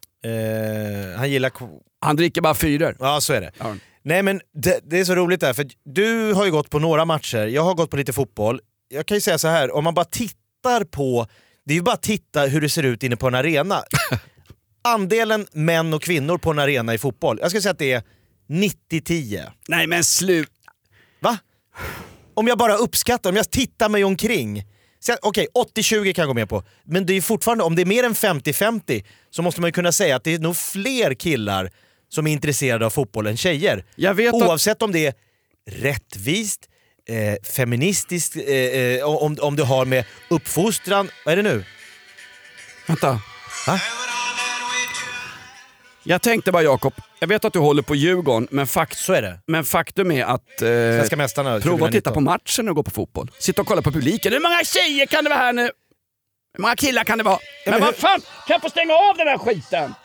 Eh, han gillar... Han dricker bara fyror. Ja, så är det. Ja. Nej, men det, det är så roligt där, för du har ju gått på några matcher, jag har gått på lite fotboll. Jag kan ju säga så här, om man bara tittar på... Det är ju bara att titta hur det ser ut inne på en arena. Andelen män och kvinnor på en arena i fotboll, jag ska säga att det är nittio tio. Nej, men slut. Va? Om jag bara uppskattar, om jag tittar mig omkring. Okej, okay, åttio tjugo kan jag gå med på. Men det är fortfarande, om det är mer än femtio femtio så måste man ju kunna säga att det är nog fler killar som är intresserade av fotboll än tjejer. Jag vet Oavsett att... om det är rättvist, eh, feministiskt, eh, eh, om, om det har med uppfostran. Vad är det nu? Vänta. Va? Jag tänkte bara Jakob, jag vet att du håller på Djurgården, men, fakt- Så är det. men faktum är att eh, Svenska mästarna prova att titta på matchen och gå på fotboll. Sitta och kolla på publiken. Hur många tjejer kan det vara här nu? Hur många killar kan det vara? Men, men vad hur... fan, kan jag få stänga av den här skiten?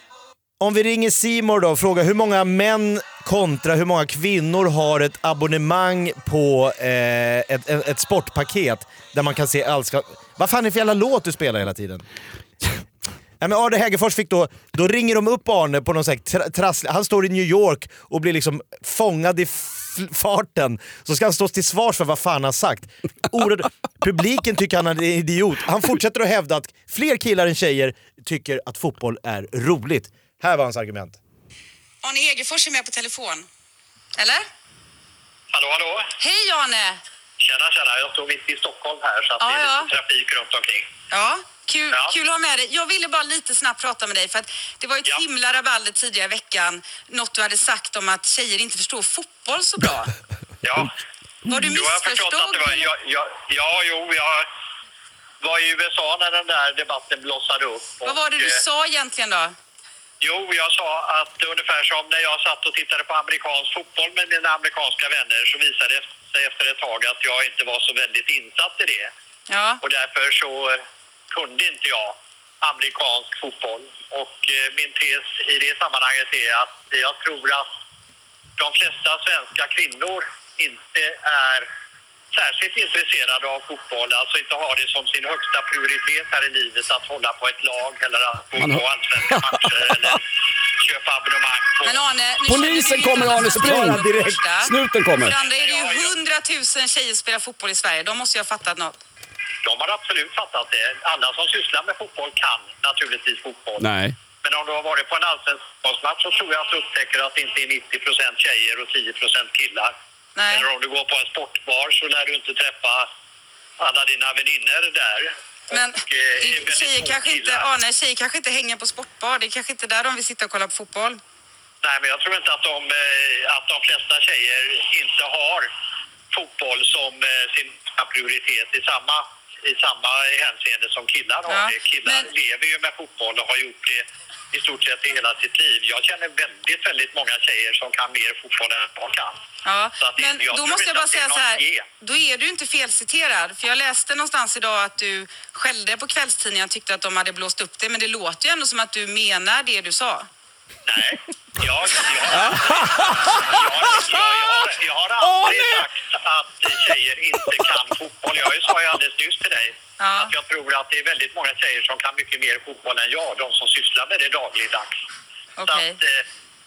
Om vi ringer Simor då och frågar hur många män kontra hur många kvinnor har ett abonnemang på eh, ett, ett, ett sportpaket där man kan se allska... Vad fan är det för jävla låt du spelar hela tiden? Ja, men Arne Hägerfors fick då, då ringer de upp Arne på någon sån här tra- trasslig, han står i New York och blir liksom fångad i f- farten, så ska han stå till svars för vad fan han sagt. Ordet, publiken tycker han är en idiot. Han fortsätter att hävda att fler killar än tjejer tycker att fotboll är roligt. Här var hans argument. Arne Hägerfors är med på telefon. Eller? Hallå, hallå. Hej Arne! Tjena, tjena. Jag står mitt i Stockholm här så att ja, det är ja. lite trafik runt omkring. Ja, kul, ja. kul att ha med dig. Jag ville bara lite snabbt prata med dig för att det var ett ja. himla rabalder tidigare i veckan. Något du hade sagt om att tjejer inte förstår fotboll så bra. Ja. Var du missförstådd? Det var, jag, jag, ja, jo, jag var i U S A när den där debatten blossade upp. Vad var det du sa egentligen då? Jo, jag sa att ungefär som när jag satt och tittade på amerikansk fotboll med mina amerikanska vänner så visade det sig efter ett tag att jag inte var så väldigt insatt i det. Ja. Och därför så kunde inte jag amerikansk fotboll. Och eh, min tes i det sammanhanget är att jag tror att de flesta svenska kvinnor inte är särskilt intresserade av fotboll, alltså inte har det som sin högsta prioritet här i livet att hålla på ett lag eller att gå på allsvenska matcher eller köpa abonnemang på... Men Arne, nu polisen kommer, Arne, spring direkt. Snuten kommer. För andra är det ju hundratusen tjejer som spelar fotboll i Sverige. De måste ju ha fattat något. De har absolut fattat det. Alla som sysslar med fotboll kan naturligtvis fotboll. Nej. Men om du har varit på en allsvensk match så tror jag att du upptäcker att det inte är nittio procent tjejer och tio procent killar. Nej. Eller om du går på en sportbar så lär du inte träffa alla dina väninnor där. Men och, eh, tjejer kanske inte, Arne, tjejer kanske inte hänger på sportbar. Det är kanske inte där de vill sitta och kolla på fotboll. Nej, men jag tror inte att de, eh, att de flesta tjejer inte har fotboll som eh, sin prioritet i samma, i samma hänseende som killar har. Ja, killar men... lever ju med fotboll och har gjort det i stort sett i hela sitt liv. Jag känner väldigt, väldigt många tjejer som kan mer fotboll än jag kan. Ja, så att men jag då måste jag bara säga så här, ge. Då är du inte felciterad. För jag läste någonstans idag att du skällde på kvällstidningen och tyckte att de hade blåst upp det. Men det låter ju ändå som att du menar det du sa. Nej, jag, jag, jag, jag, jag, jag har aldrig sagt att tjejer inte kan fotboll. Jag sa ju alldeles nyss till dig ja. att jag tror att det är väldigt många tjejer som kan mycket mer fotboll än jag. De som sysslar med det dagligdags. Okay. Så att, eh,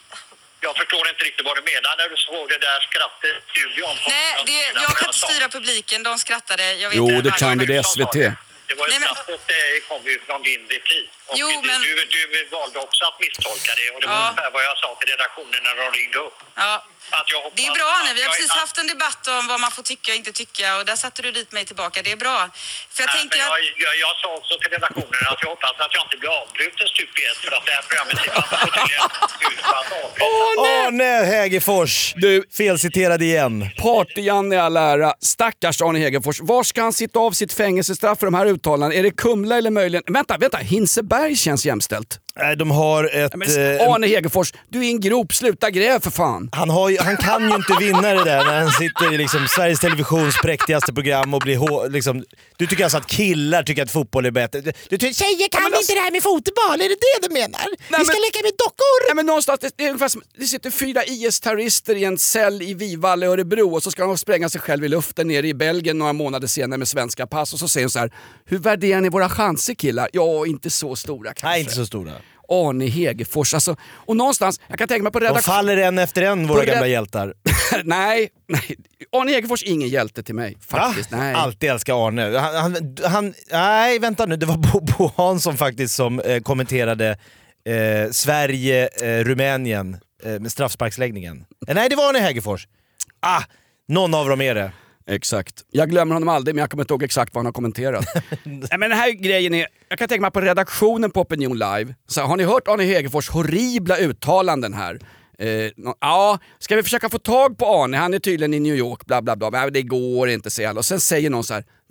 jag förstår inte riktigt vad du menar när du såg det där skrattet i studion. Nej, det, jag kan inte styra publiken. De skrattade. Jag vet jo, det, det kan du, det är S V T. Det var ju skrattet, det kom ju från din replik. Och jo, du, men... du, du, du valde också att misstolka det. Och det var ja. ungefär vad jag sa till redaktionen när de ringde upp. Ja. Att jag hoppas, det är bra nu. Vi har jag, precis att... haft en debatt om vad man får tycka och inte tycka. Och där satte du dit mig tillbaka. Det är bra. För jag Nej, tänker jag, att... jag, jag sa också till redaktionen att jag hoppas att jag inte blir avbruten stup i ett. För att det här programmet är fast och tydligen ut för att avbryta. Åh nej, Hägerfors! Du, felciterad igen. Party-Janne i all ära. Stackars Arne Hägerfors. Var ska han sitta av sitt fängelsestraff för de här uttalandena? Är det Kumla eller möjligen... Vänta, vänta. Hinseberg känns jämställt. Nej, de har ett... Men, Arne Hägerfors, du är i en grop, sluta gräv för fan. Han, har ju, han kan ju inte vinna det där när han sitter i liksom Sveriges Televisions präktigaste program och blir hå, liksom, du tycker alltså att killar tycker att fotboll är bättre. Du, du tycker tjejer kan ja, inte alltså, det här med fotboll, är det det du menar? Nej, vi ska men, leka med dockor! Nej men någonstans, det, det, är ungefär som, det sitter fyra I S-terrorister i en cell i Vivalla, Örebro och så ska de spränga sig själv i luften nere i Belgien några månader senare med svenska pass och så säger de så här: hur värderar ni våra chanser killar? Ja, inte så stora kanske. Nej, inte så stora. Arne Hägerfors, alltså, och någonstans, jag kan tänka mig på redaktion... De faller en efter en, våra gamla red... hjältar. nej, nej, Arne Hägerfors är ingen hjälte till mig, faktiskt. Ja, nej. Alltid älskar Arne. Han, han, han, nej, vänta nu, det var Bo, Bo Hansson faktiskt som eh, kommenterade eh, Sverige-Rumänien eh, eh, med straffsparksläggningen. Eh, nej, det var Arne Hägerfors. Ah, någon av dem är det. Exakt. Jag glömmer honom aldrig, men jag kommer inte ihåg exakt vad han har kommenterat. Nej, men den här grejen är, jag kan tänka mig på redaktionen på Opinion Live. Så har ni hört Arne Hägerfors horribla uttalanden här? Eh, no, ja, ska vi försöka få tag på Arne? Han är tydligen i New York, bla bla bla. Men det går inte, säger alla. Och sen säger någon så här: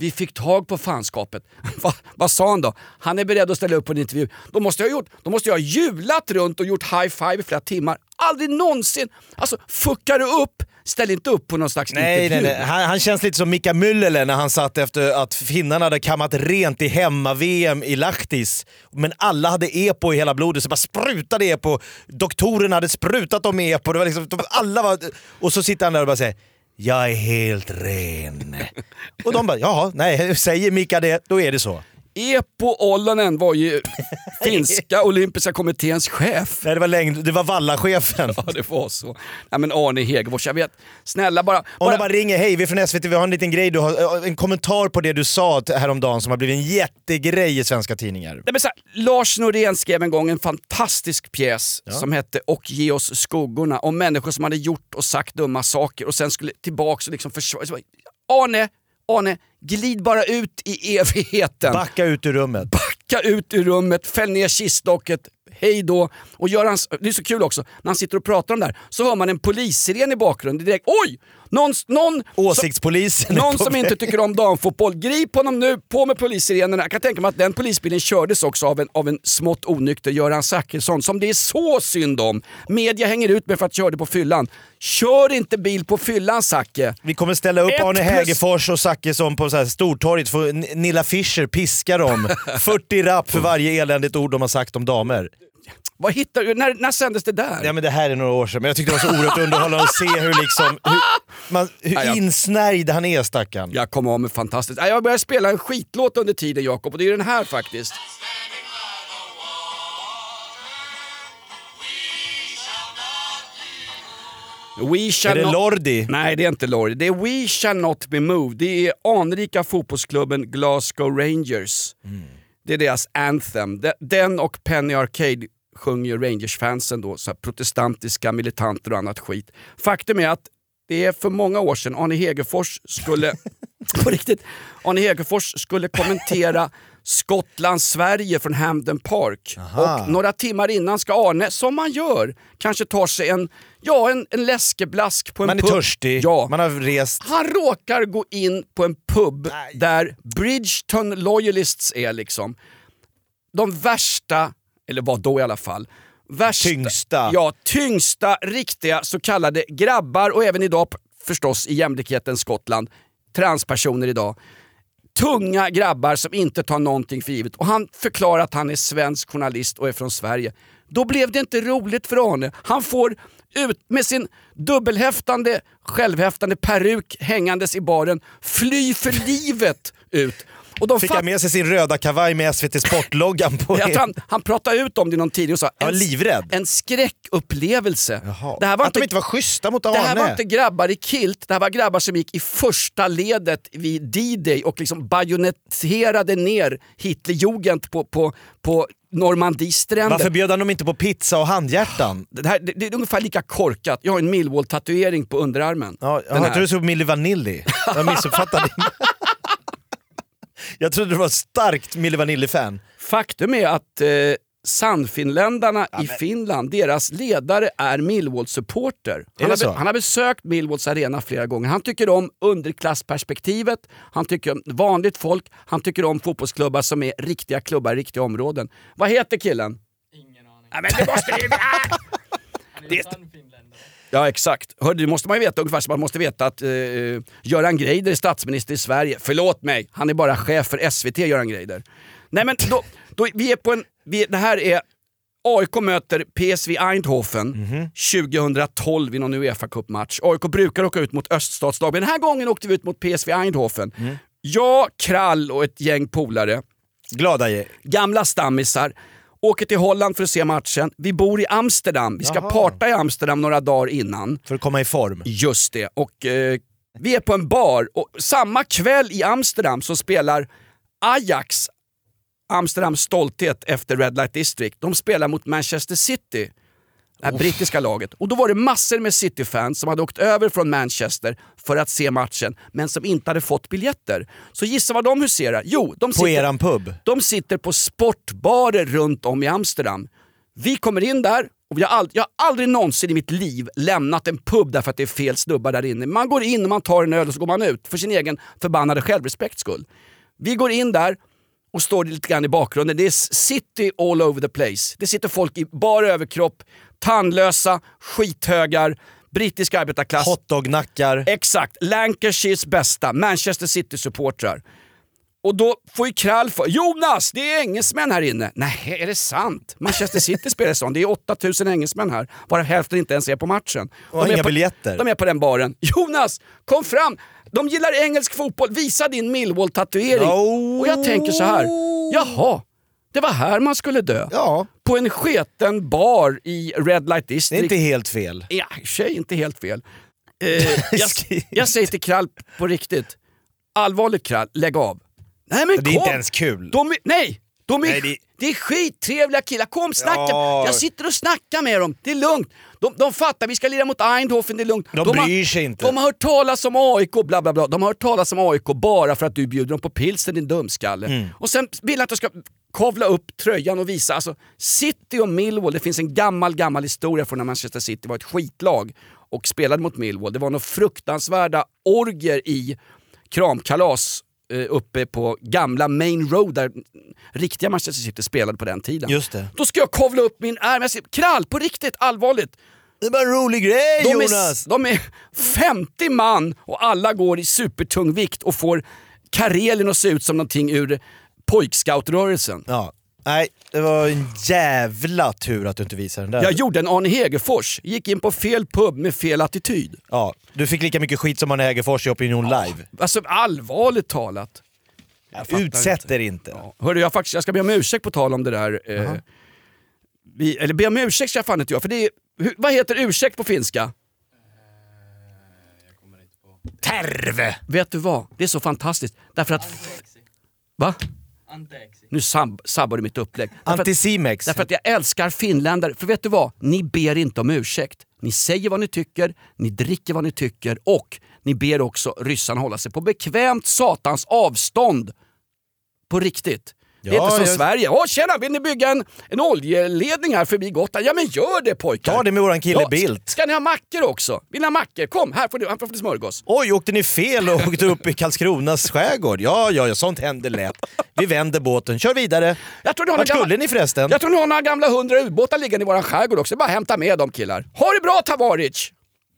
Vi fick tag på fanskapet. Va, vad sa han då? Han är beredd att ställa upp på en intervju. Då måste jag ha gjort, då måste jag ha hjulat runt och gjort high five i flera timmar. Aldrig någonsin. Alltså, fuckar du upp, ställ inte upp på någon slags nej, intervju. Nej, nej. Han, han känns lite som Mika Myllylä när han satt efter att finnarna hade kammat rent i hemma-V M i Lahtis. Men alla hade epo i hela blodet, så bara sprutade epo. Doktorerna hade sprutat dem med epo. Det var liksom, alla var, och så sitter han där och bara säger: jag är helt ren. Och de bara, jaha, nej, säger Mika det, då är det så. Epo Ollonen var ju finska olympiska kommitténs chef. Nej, det var, längd, det var Valla-chefen. Ja, det var så. Nej, men Arne Hegerfors, jag vet. Snälla bara... Om bara... de bara ringer, hej, vi är från S V T, vi har en liten grej. Du har en kommentar på det du sa häromdagen som har blivit en jättegrej i svenska tidningar. Nej, men så här, Lars Norén skrev en gång en fantastisk pjäs ja. som hette Och ge oss skuggorna, om människor som hade gjort och sagt dumma saker och sen skulle tillbaka och liksom försvara. Arne, Arne, glid bara ut i evigheten. Backa ut ur rummet. Backa ut ur rummet, fäll ner kistlocket, hej då. Och gör hans, det är så kul också, när han sitter och pratar om det här så hör man en polissiren i bakgrunden. Direkt, oj! Någon, någon, Åsiktspolisen. Någon som inte tycker om damfotboll. Grip honom nu, på med polissirenerna. Jag kan tänka mig att den polisbilen kördes också av en, av en smått onykter Göran Zachrisson som det är så synd om. Media hänger ut med för att köra det på fyllan. Kör inte bil på fyllan, Zacke. Vi kommer ställa upp Ett Arne plus... Hägerfors och Zachrisson på så här Stortorget för Nilla Fischer piskar dem. fyrtio rapp för varje eländigt ord de har sagt om damer. Vad hittar du? När, när sändes det där? Ja, men det här är några år sedan, men jag tyckte det var så oerhört underhållande att se hur, liksom, hur, man, hur ja, jag... insnärjd han är, stackarn. Jag kommer av med fantastiskt. Jag började spela en skitlåt under tiden, Jakob, och det är den här faktiskt. We shall är det not... Lordi? Nej, det är inte Lordi. Det är We shall not be moved. Det är anrika fotbollsklubben Glasgow Rangers. Mm. Det är deras anthem. Den och Penny Arcade sjunger Rangers-fansen då, så här protestantiska militanter och annat skit. Faktum är att det är för många år sedan Arne Hegerfors skulle på riktigt, Arne Hegerfors skulle kommentera Skottland-Sverige från Hampden Park. Aha. Och några timmar innan ska Arne, som man gör, kanske ta sig en, ja, en, en läskeblask på en pub. Man är pub. törstig, ja. Man har rest. Han råkar gå in på en pub Nej. där Bridgeton Loyalists är liksom de värsta, eller vad då i alla fall, värsta, tyngsta. Ja, tyngsta, riktiga så kallade grabbar, och även idag förstås i jämlikhetens Skottland, transpersoner idag. Tunga grabbar som inte tar någonting för givet. Och han förklarar att han är svensk journalist och är från Sverige. Då blev det inte roligt för Arne. Han får ut med sin dubbelhäftande, självhäftande peruk hängandes i baren, fly för livet ut. Och de fick fatt... han med sig sin röda kavaj med S V T Sportloggan på. Jag han, han pratade ut om det någon tid och sa en, livrädd. en skräckupplevelse. Jaha. Det här var att inte, de inte var schyssta mot Arne. Det här var inte grabbar i kilt, det här var grabbar som gick i första ledet vid D-Day och liksom bajonetterade ner Hitlerjugend på, på, på Normandie-stränder. Varför bjöd han dem inte på pizza och handhjärtan? Det, här, det, det är ungefär lika korkat. Jag har en Millwall-tatuering på underarmen. Ja, jag tror du såg Milli Vanilli. Jag missuppfattade din. Jag trodde du var ett starkt Milli Vanilli-fan. Faktum är att eh, Sannfinländarna ja, men... i Finland, deras ledare är Millwall-supporter. Han, har, han har besökt Millwalls arena flera gånger. Han tycker om underklassperspektivet, han tycker om vanligt folk, han tycker om fotbollsklubbar som är riktiga klubbar i riktiga områden. Vad heter killen? Ingen aning. Ja, men det måste ju... Det är Sannfinländare. Ja, exakt. Hör, det måste man ju veta, ungefär som man måste veta att uh, Göran Greider är statsminister i Sverige. Förlåt mig, han är bara chef för S V T, Göran Greider. Nej, men då, då, vi är på en... Vi, det här är... A I K möter P S V Eindhoven mm-hmm. tjugohundratolv i någon UEFA-cupmatch. A I K brukar åka ut mot öststatslag, men den här gången åkte vi ut mot P S V Eindhoven. Mm. Jag, Krall och ett gäng polare. Glada ge. Gamla stammisar. Åker till Holland för att se matchen. Vi bor i Amsterdam. Vi ska Jaha. parta i Amsterdam några dagar innan. För att komma i form. Just det. Och eh, vi är på en bar. Och samma kväll i Amsterdam så spelar Ajax, Amsterdams stolthet efter Red Light District. De spelar mot Manchester City. Det här oh. brittiska laget. Och då var det massor med City-fans som hade åkt över från Manchester för att se matchen, men som inte hade fått biljetter. Så gissa vad de huserar. Jo, de på sitter, eran pub. De sitter på sportbarer runt om i Amsterdam. Vi kommer in där Och jag, har all, jag har aldrig någonsin i mitt liv lämnat en pub därför att det är fel snubbar där inne. Man går in och man tar en öl och så går man ut för sin egen förbannade självrespekt skull. Vi går in där och står lite grann i bakgrunden. Det är city all over the place. Det sitter folk i bara överkropp, tandlösa, skithögar, brittisk arbetarklass. Hotdognackar. Exakt. Lancashires bästa. Manchester City-supportrar. Och då får ju Krall för Jonas, det är engelsmän här inne. Nej, är det sant? Manchester City spelar sån. Det är åtta tusen engelsmän här. Varav hälften inte ens är på matchen. Och de inga på, biljetter. De är på den baren. Jonas, kom fram! De gillar engelsk fotboll. Visa din Millwall-tatuering. No. Och jag tänker så här. Jaha, det var här man skulle dö. Ja. På en sketen bar i Red Light District. Det är inte helt fel. Ja, tjej, inte helt fel. Eh, jag, jag säger till Krall på riktigt. Allvarligt Krall, lägg av. Nej, men det är kom. inte ens kul. De är, nej, de är, nej det... det är skittrevliga killar. Kom, snacka. Ja. Jag sitter och snackar med dem. Det är lugnt. De, de fattar, vi ska lira mot Eindhoven, det är lugnt. De, de bryr har, sig inte. De har hört talas om A I K, bla bla bla. De har hört talas om A I K bara för att du bjuder dem på pilsen, din dumskalle. Mm. Och sen vill jag att du ska kavla upp tröjan och visa. Alltså, City och Millwall, det finns en gammal, gammal historia från när Manchester City var ett skitlag och spelade mot Millwall. Det var några fruktansvärda orger i kramkalas uppe på gamla Main Road där riktiga Manchester City spelade på den tiden. Just det. Då ska jag kavla upp min ärm. Jag säger, Krall, på riktigt, allvarligt. Det är bara en rolig grej, de Jonas. Är, de är femtio man och alla går i supertung vikt och får Karelin att se ut som någonting ur pojkscoutrörelsen. Ja. Nej, det var en jävla tur att du inte visade den där. Jag gjorde en Arne Hegerfors. Gick in på fel pub med fel attityd. Ja, du fick lika mycket skit som Arne Hegerfors i Opinion ja, Live. Alltså allvarligt talat. Utsätter inte. inte. Ja. Hörru, jag, faktiskt, jag ska be om ursäkt på tal om det där. Uh-huh. Eh, vi, eller be om ursäkt ska jag fan inte göra. För det är, hur, vad heter ursäkt på finska? Uh, jag kommer inte på. Terve! Vet du vad? Det är så fantastiskt. Därför att... Antexi. Va? Antexi. Nu sab- sabbar du mitt upplägg. Anticimex. Därför att jag älskar finländare. För vet du vad? Ni ber inte om ursäkt. Ni säger vad ni tycker, ni dricker vad ni tycker och ni ber också ryssarna hålla sig på bekvämt satans avstånd. På riktigt. Ja, det är inte som jag... Sverige. Åh tjena, vill ni bygga en, en oljeledning här förbi Gotland? Ja men gör det pojkar. Ta det med våran kille ja, Bildt. Ska ni ha mackor också? Vill ni ha mackor? Kom, här får du, här får du smörgås. Oj, åkte ni fel och åkte upp i Karlskronas skärgård? Ja, ja, ja, sånt händer lätt. Vi vänder båten, kör vidare. Jag tror ni har Vart gamla... skulle ni förresten? Jag tror ni har några gamla hundra ubåtar liggande i våran skärgård också. Bara hämta med dem killar. Ha det bra Tavaric!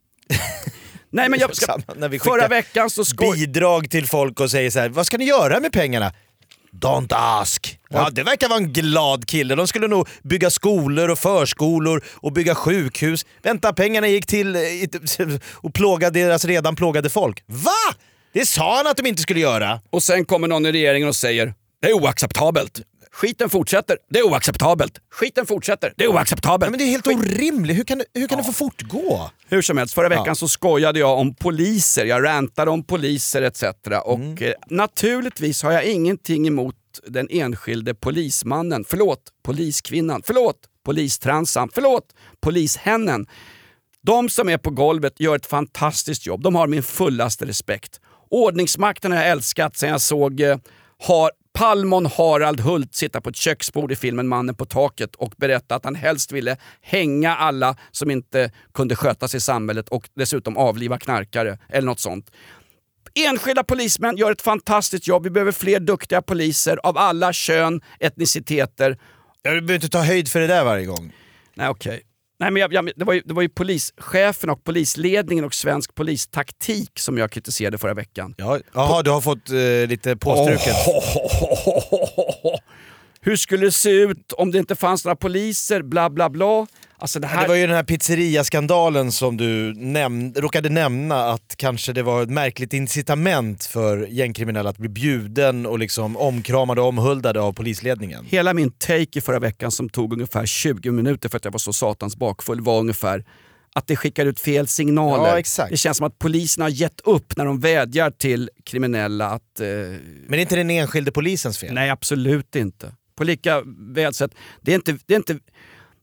Nej men jag ska... När vi förra veckan så skoj... bidrag till folk och säger så här: vad ska ni göra med pengarna? Don't ask. Ja, det verkar vara en glad kille. De skulle nog bygga skolor och förskolor och bygga sjukhus. Vänta, pengarna gick till och plågade deras redan plågade folk. Va? Det sa han att de inte skulle göra. Och sen kommer någon i regeringen och säger det är oacceptabelt. Skiten fortsätter. Det är oacceptabelt. Skiten fortsätter. Det är oacceptabelt. Men det är helt Skit... orimligt. Hur kan, det, hur kan ja. det få fortgå? Hur som helst, förra veckan ja. så skojade jag om poliser. Jag rantade om poliser et cetera. Och mm. eh, naturligtvis har jag ingenting emot den enskilde polismannen. Förlåt, poliskvinnan. Förlåt, polistransan. Förlåt, polishennen. De som är på golvet gör ett fantastiskt jobb. De har min fullaste respekt. Ordningsmakten har jag älskat sen jag såg eh, har Palmon Harald Hult sitta på ett köksbord i filmen Mannen på taket och berätta att han helst ville hänga alla som inte kunde sköta sig i samhället och dessutom avliva knarkare eller något sånt. Enskilda polismän gör ett fantastiskt jobb. Vi behöver fler duktiga poliser av alla kön, etniciteter. Du behöver inte ta höjd för det där varje gång. Nej, okej. Okay. Nej, men jag, jag, det, var ju, det var ju polischefen och polisledningen och svensk polistaktik som jag kritiserade förra veckan. Ja, jaha, du har fått eh, lite påstruket. Oh, oh, oh, oh, oh. Hur skulle det se ut om det inte fanns några poliser? Bla bla bla. Alltså det, här... det var ju den här pizzeria-skandalen som du näm- råkade nämna att kanske det var ett märkligt incitament för gängkriminella att bli bjuden och liksom omkramade och omhuldade av polisledningen. Hela min take i förra veckan som tog ungefär tjugo minuter för att jag var så satans bakfull var ungefär att det skickar ut fel signaler. Ja, exakt. Det känns som att polisen har gett upp när de vädjar till kriminella att... Eh... Men det är inte den enskilde polisens fel? Nej, absolut inte. På lika väl sätt. Det är inte... Det är inte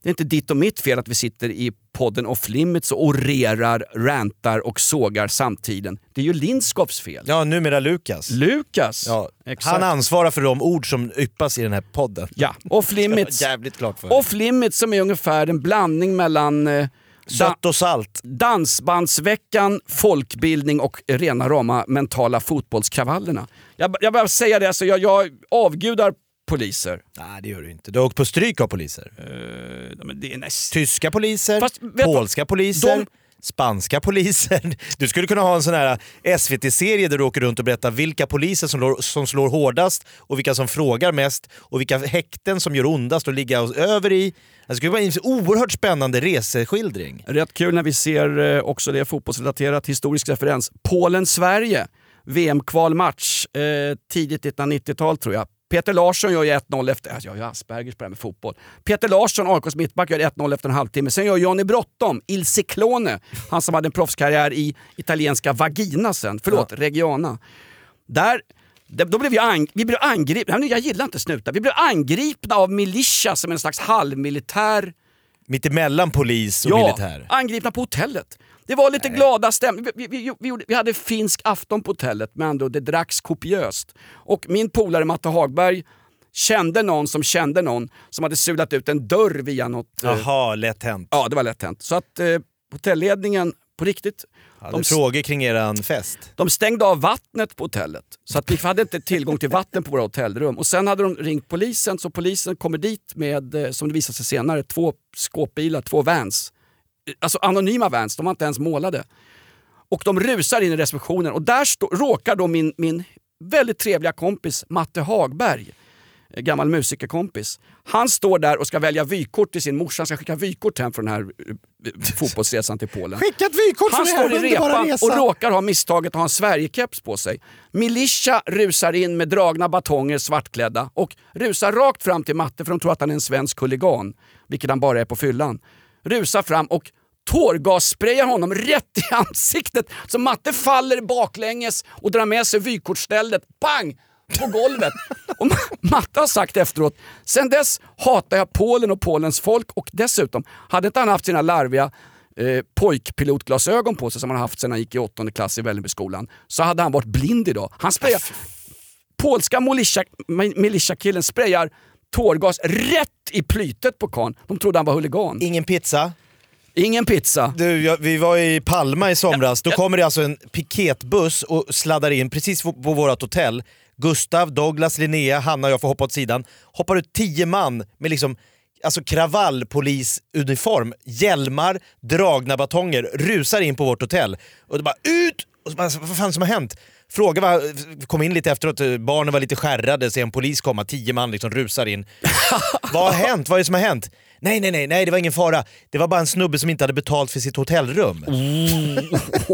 det är inte ditt och mitt fel att vi sitter i podden Off Limits och orerar, rantar och sågar samtiden. Det är ju Lindskops fel. Ja, numera Lukas. Lukas. Ja, exakt. han ansvarar för de ord som yppas i den här podden. Ja, Off Limits. Jävligt klart för. Off Limits som är ungefär en blandning mellan eh, sött och salt. Dansbandsveckan, folkbildning och rena rama mentala fotbollskravallerna. Jag, jag bara säga det, alltså jag, jag avgudar poliser. Nej, det gör du inte. Du har åkt på stryk av poliser. Uh, men det är näst... Tyska poliser, Fast, polska poliser, de... spanska poliser. Du skulle kunna ha en sån här S V T-serie där du åker runt och berättar vilka poliser som slår, som slår hårdast och vilka som frågar mest och vilka häkten som gör ondast och ligga över i. Det skulle vara en oerhört spännande reseskildring. Rätt kul när vi ser eh, också det fotbollsrelaterat, historisk referens. Polen-Sverige, V M-kvalmatch, eh, tidigt nittonhundranittiotal tror jag. Peter Larsson gör ju ett noll efter... Jag har Aspergers på det här med fotboll. Peter Larsson, A I K:s mittback, gör ett noll efter en halvtimme. Sen gör Johnny Bråttom, Il Ciclone, han som hade en proffskarriär i italienska Vagina sen. Förlåt, ja. Reggiana. Där... Då blev vi, ang- vi blev angripna, jag gillar inte snutar, vi blev angripna av militia som en slags halvmilitär... Mitt emellan polis och ja, militär. Angripna på hotellet. Det var lite Nej. glada stämningar. Vi, vi, vi, vi hade finsk afton på hotellet, men ändå det dracks kopiöst. Och min polare Matte Hagberg kände någon som kände någon som hade sulat ut en dörr via något... Jaha, lätt hänt. Ja, det var lätt hänt. Så att eh, hotellledningen på riktigt... Hade de frågor kring eran fest. De stängde av vattnet på hotellet. Så att vi hade inte tillgång till vatten på våra hotellrum. Och sen hade de ringt polisen. Så polisen kommer dit med, som det visade sig senare, två skåpbilar, två vans. Alltså anonyma vans, de var inte ens målade. Och de rusar in i receptionen. Och där stå, råkar då min, min väldigt trevliga kompis Matte Hagberg, gammal musikerkompis. Han står där och ska välja vykort till sin morsa. Han ska skicka vykort hem från den här fotbollsresan till Polen. Skicka ett vykort Han för står i repan och råkar ha misstaget att ha en Sverige-keps på sig. Militia rusar in med dragna batonger, svartklädda, och rusar rakt fram till Matte för de tror att han är en svensk huligan, vilket han bara är på fyllan. Rusar fram och tårgassprayar honom rätt i ansiktet så Matte faller baklänges och drar med sig vykortstället. Pang! På golvet. Och Matte har sagt efteråt, sen dess hatar jag Polen och Polens folk, och dessutom hade inte han haft sina larviga eh, pojkpilotglasögon på sig som han haft sedan han gick i åttonde klass i Vällingbyskolan, så hade han varit blind idag. Han sprayar, polska militia, militiakillen sprayar tårgas rätt i plytet på karln. De trodde han var huligan. Ingen pizza? Ingen pizza. Du, jag, vi var i Palma i somras. Då kommer det alltså en piketbuss och sladdar in precis på, på vårt hotell. Gustav, Douglas, Linnea, Hanna och jag får hoppa åt sidan. Hoppar ut tio man med liksom, alltså kravallpolisuniform, hjälmar, dragna batonger, rusar in på vårt hotell. Och det bara ut! Och så bara, vad fan som har hänt? Fråga var, kom in lite efteråt, barnen var lite skärrade, ser en polis komma, tio man liksom rusar in. Vad har hänt? Vad är det som har hänt? Nej, nej, nej, nej, det var ingen fara. Det var bara en snubbe som inte hade betalt för sitt hotellrum. Mm.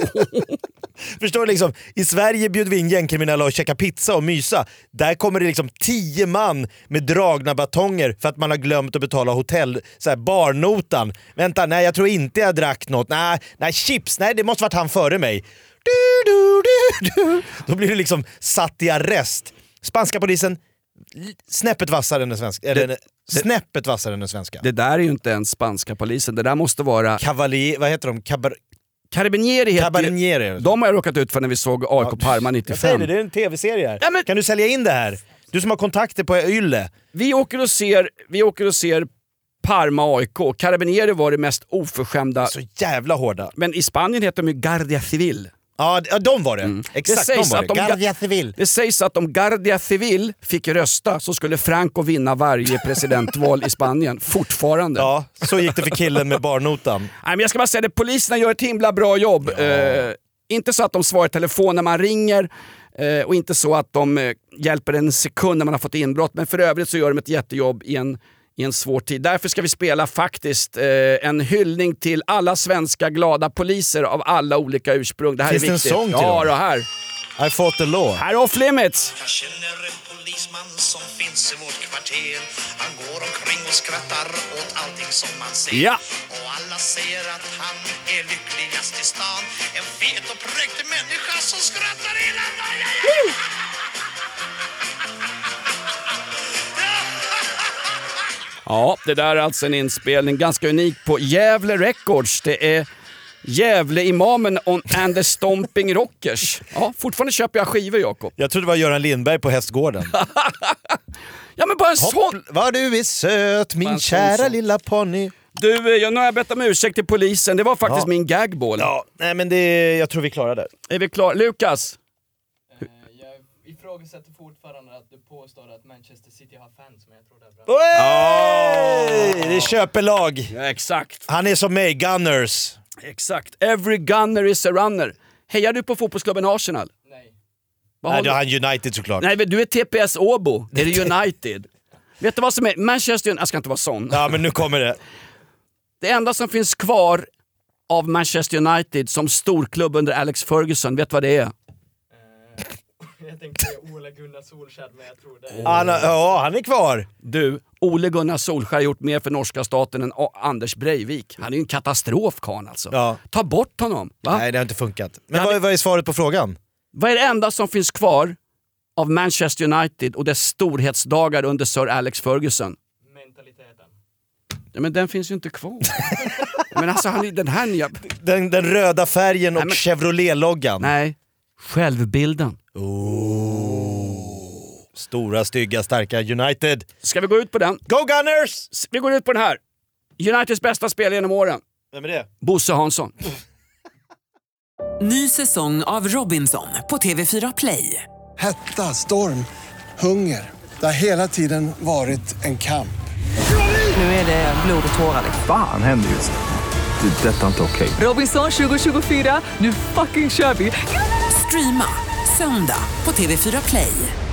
Förstår du liksom, i Sverige bjuder vi in gängkriminella och käka pizza och mysa. Där kommer det liksom tio man med dragna batonger för att man har glömt att betala hotell, så här, barnotan. Vänta, nej, jag tror inte jag drack något. Nej, nej, chips, nej, det måste varit han före mig. Du, du, du, du. Då blir det liksom satt i arrest. Spanska polisen, snäppet vassare än den svenska. Eller det, snäppet vassare än den svenska. Det där är ju inte en spanska polisen. Det där måste vara... Cavalier, vad heter de? Cabar... Carabinieri heter Carabinieri. De har jag råkat ut för när vi såg A I K Parma nittiofem. Jag säger det, det är en tv-serie här. Ja, men... Kan du sälja in det här? Du som har kontakter på Ylle. Vi åker och ser, vi åker och ser Parma A I K. Carabinieri var det mest oförskämda. Så jävla hårda. Men i Spanien heter de ju Guardia Civil. Ja, de var det. Mm. Exakt, det de var det. De, Guardia Civil. Det sägs att om Guardia Civil fick rösta så skulle Franco vinna varje presidentval i Spanien. Fortfarande. Ja, så gick det för killen med barnotan. Nej, men jag ska bara säga det, poliserna gör ett himla bra jobb. Ja. Eh, inte så att de svarar i telefon när man ringer, eh, och inte så att de eh, hjälper en sekund när man har fått inbrott. Men för övrigt så gör de ett jättejobb i en i en svår tid. Därför ska vi spela faktiskt eh, en hyllning till alla svenska glada poliser av alla olika ursprung. Det här Finns är viktigt. Det en sång till ja, dem? Då, här. I fought the law. Här är Off Limits. Jag känner en polisman som finns i vårt kvarter. Han går omkring och skrattar åt allting som man ser. Ja. Och alla säger att han är lyckligast i stan. En fet och präktig människa som skrattar hela dagen. Ja, det där är alltså en inspelning ganska unik på Gävle Records. Det är Gävle-imamen on and the Stomping Rockers. Ja, fortfarande köper jag skivor, Jakob. Jag trodde det var Göran Lindberg på Hästgården. Ja, men bara en sån... Vad du är söt, min kära sån. lilla ponny. Du, jag, nu har jag bett om ursäkt till polisen. Det var faktiskt ja. min gagball. Ja, nej men det, jag tror vi klarar det. Är vi klara? Lukas? Uh, jag ifrågasätter fortfarande att du påstår att Manchester City har fans, men jag tror det är bra. Oh! Det är köpelag. Ja, exakt. Han är som mig, Gunners. Exakt. Every gunner is a runner. Hejar du på fotbollsklubben Arsenal? Nej. Vad Nej, du har han United såklart. Nej, du är T P S Åbo. Är det United? Vet du vad som är? Manchester United... Jag ska inte vara sån. Ja, men nu kommer det. Det enda som finns kvar av Manchester United som storklubb under Alex Ferguson, vet vad det är? Uh, jag tänkte säga Ole Gunnar Solskjaer, men jag tror det är... Oh. Han, ja, han är kvar. Du, Ole Gunnar Solskjaer har gjort mer för norska staten än Anders Breivik. Han är ju en katastrofkarl alltså. Ja. Ta bort honom. Va? Nej, det har inte funkat. Men vad, vad är svaret på frågan? Vad är det enda som finns kvar av Manchester United och dess storhetsdagar under Sir Alex Ferguson? Mentaliteten. Ja, men den finns ju inte kvar. Men alltså, han, den här nya... Den, den röda färgen och Nej, men... Chevrolet-loggan. Nej, självbilden. Oh. Stora, stygga, starka United. Ska vi gå ut på den? Go Gunners! Vi går ut på den här. Uniteds bästa spel genom åren. Vem är det? Bosse Hansson. Ny säsong av Robinson på T V fyra Play. Hetta, storm, hunger. Det har hela tiden varit en kamp. Nu är det blod och tårar. Fan händer just det. Det är detta inte okej. Robinson tjugo tjugofyra, nu fucking kör vi. Streama söndag på T V fyra Play.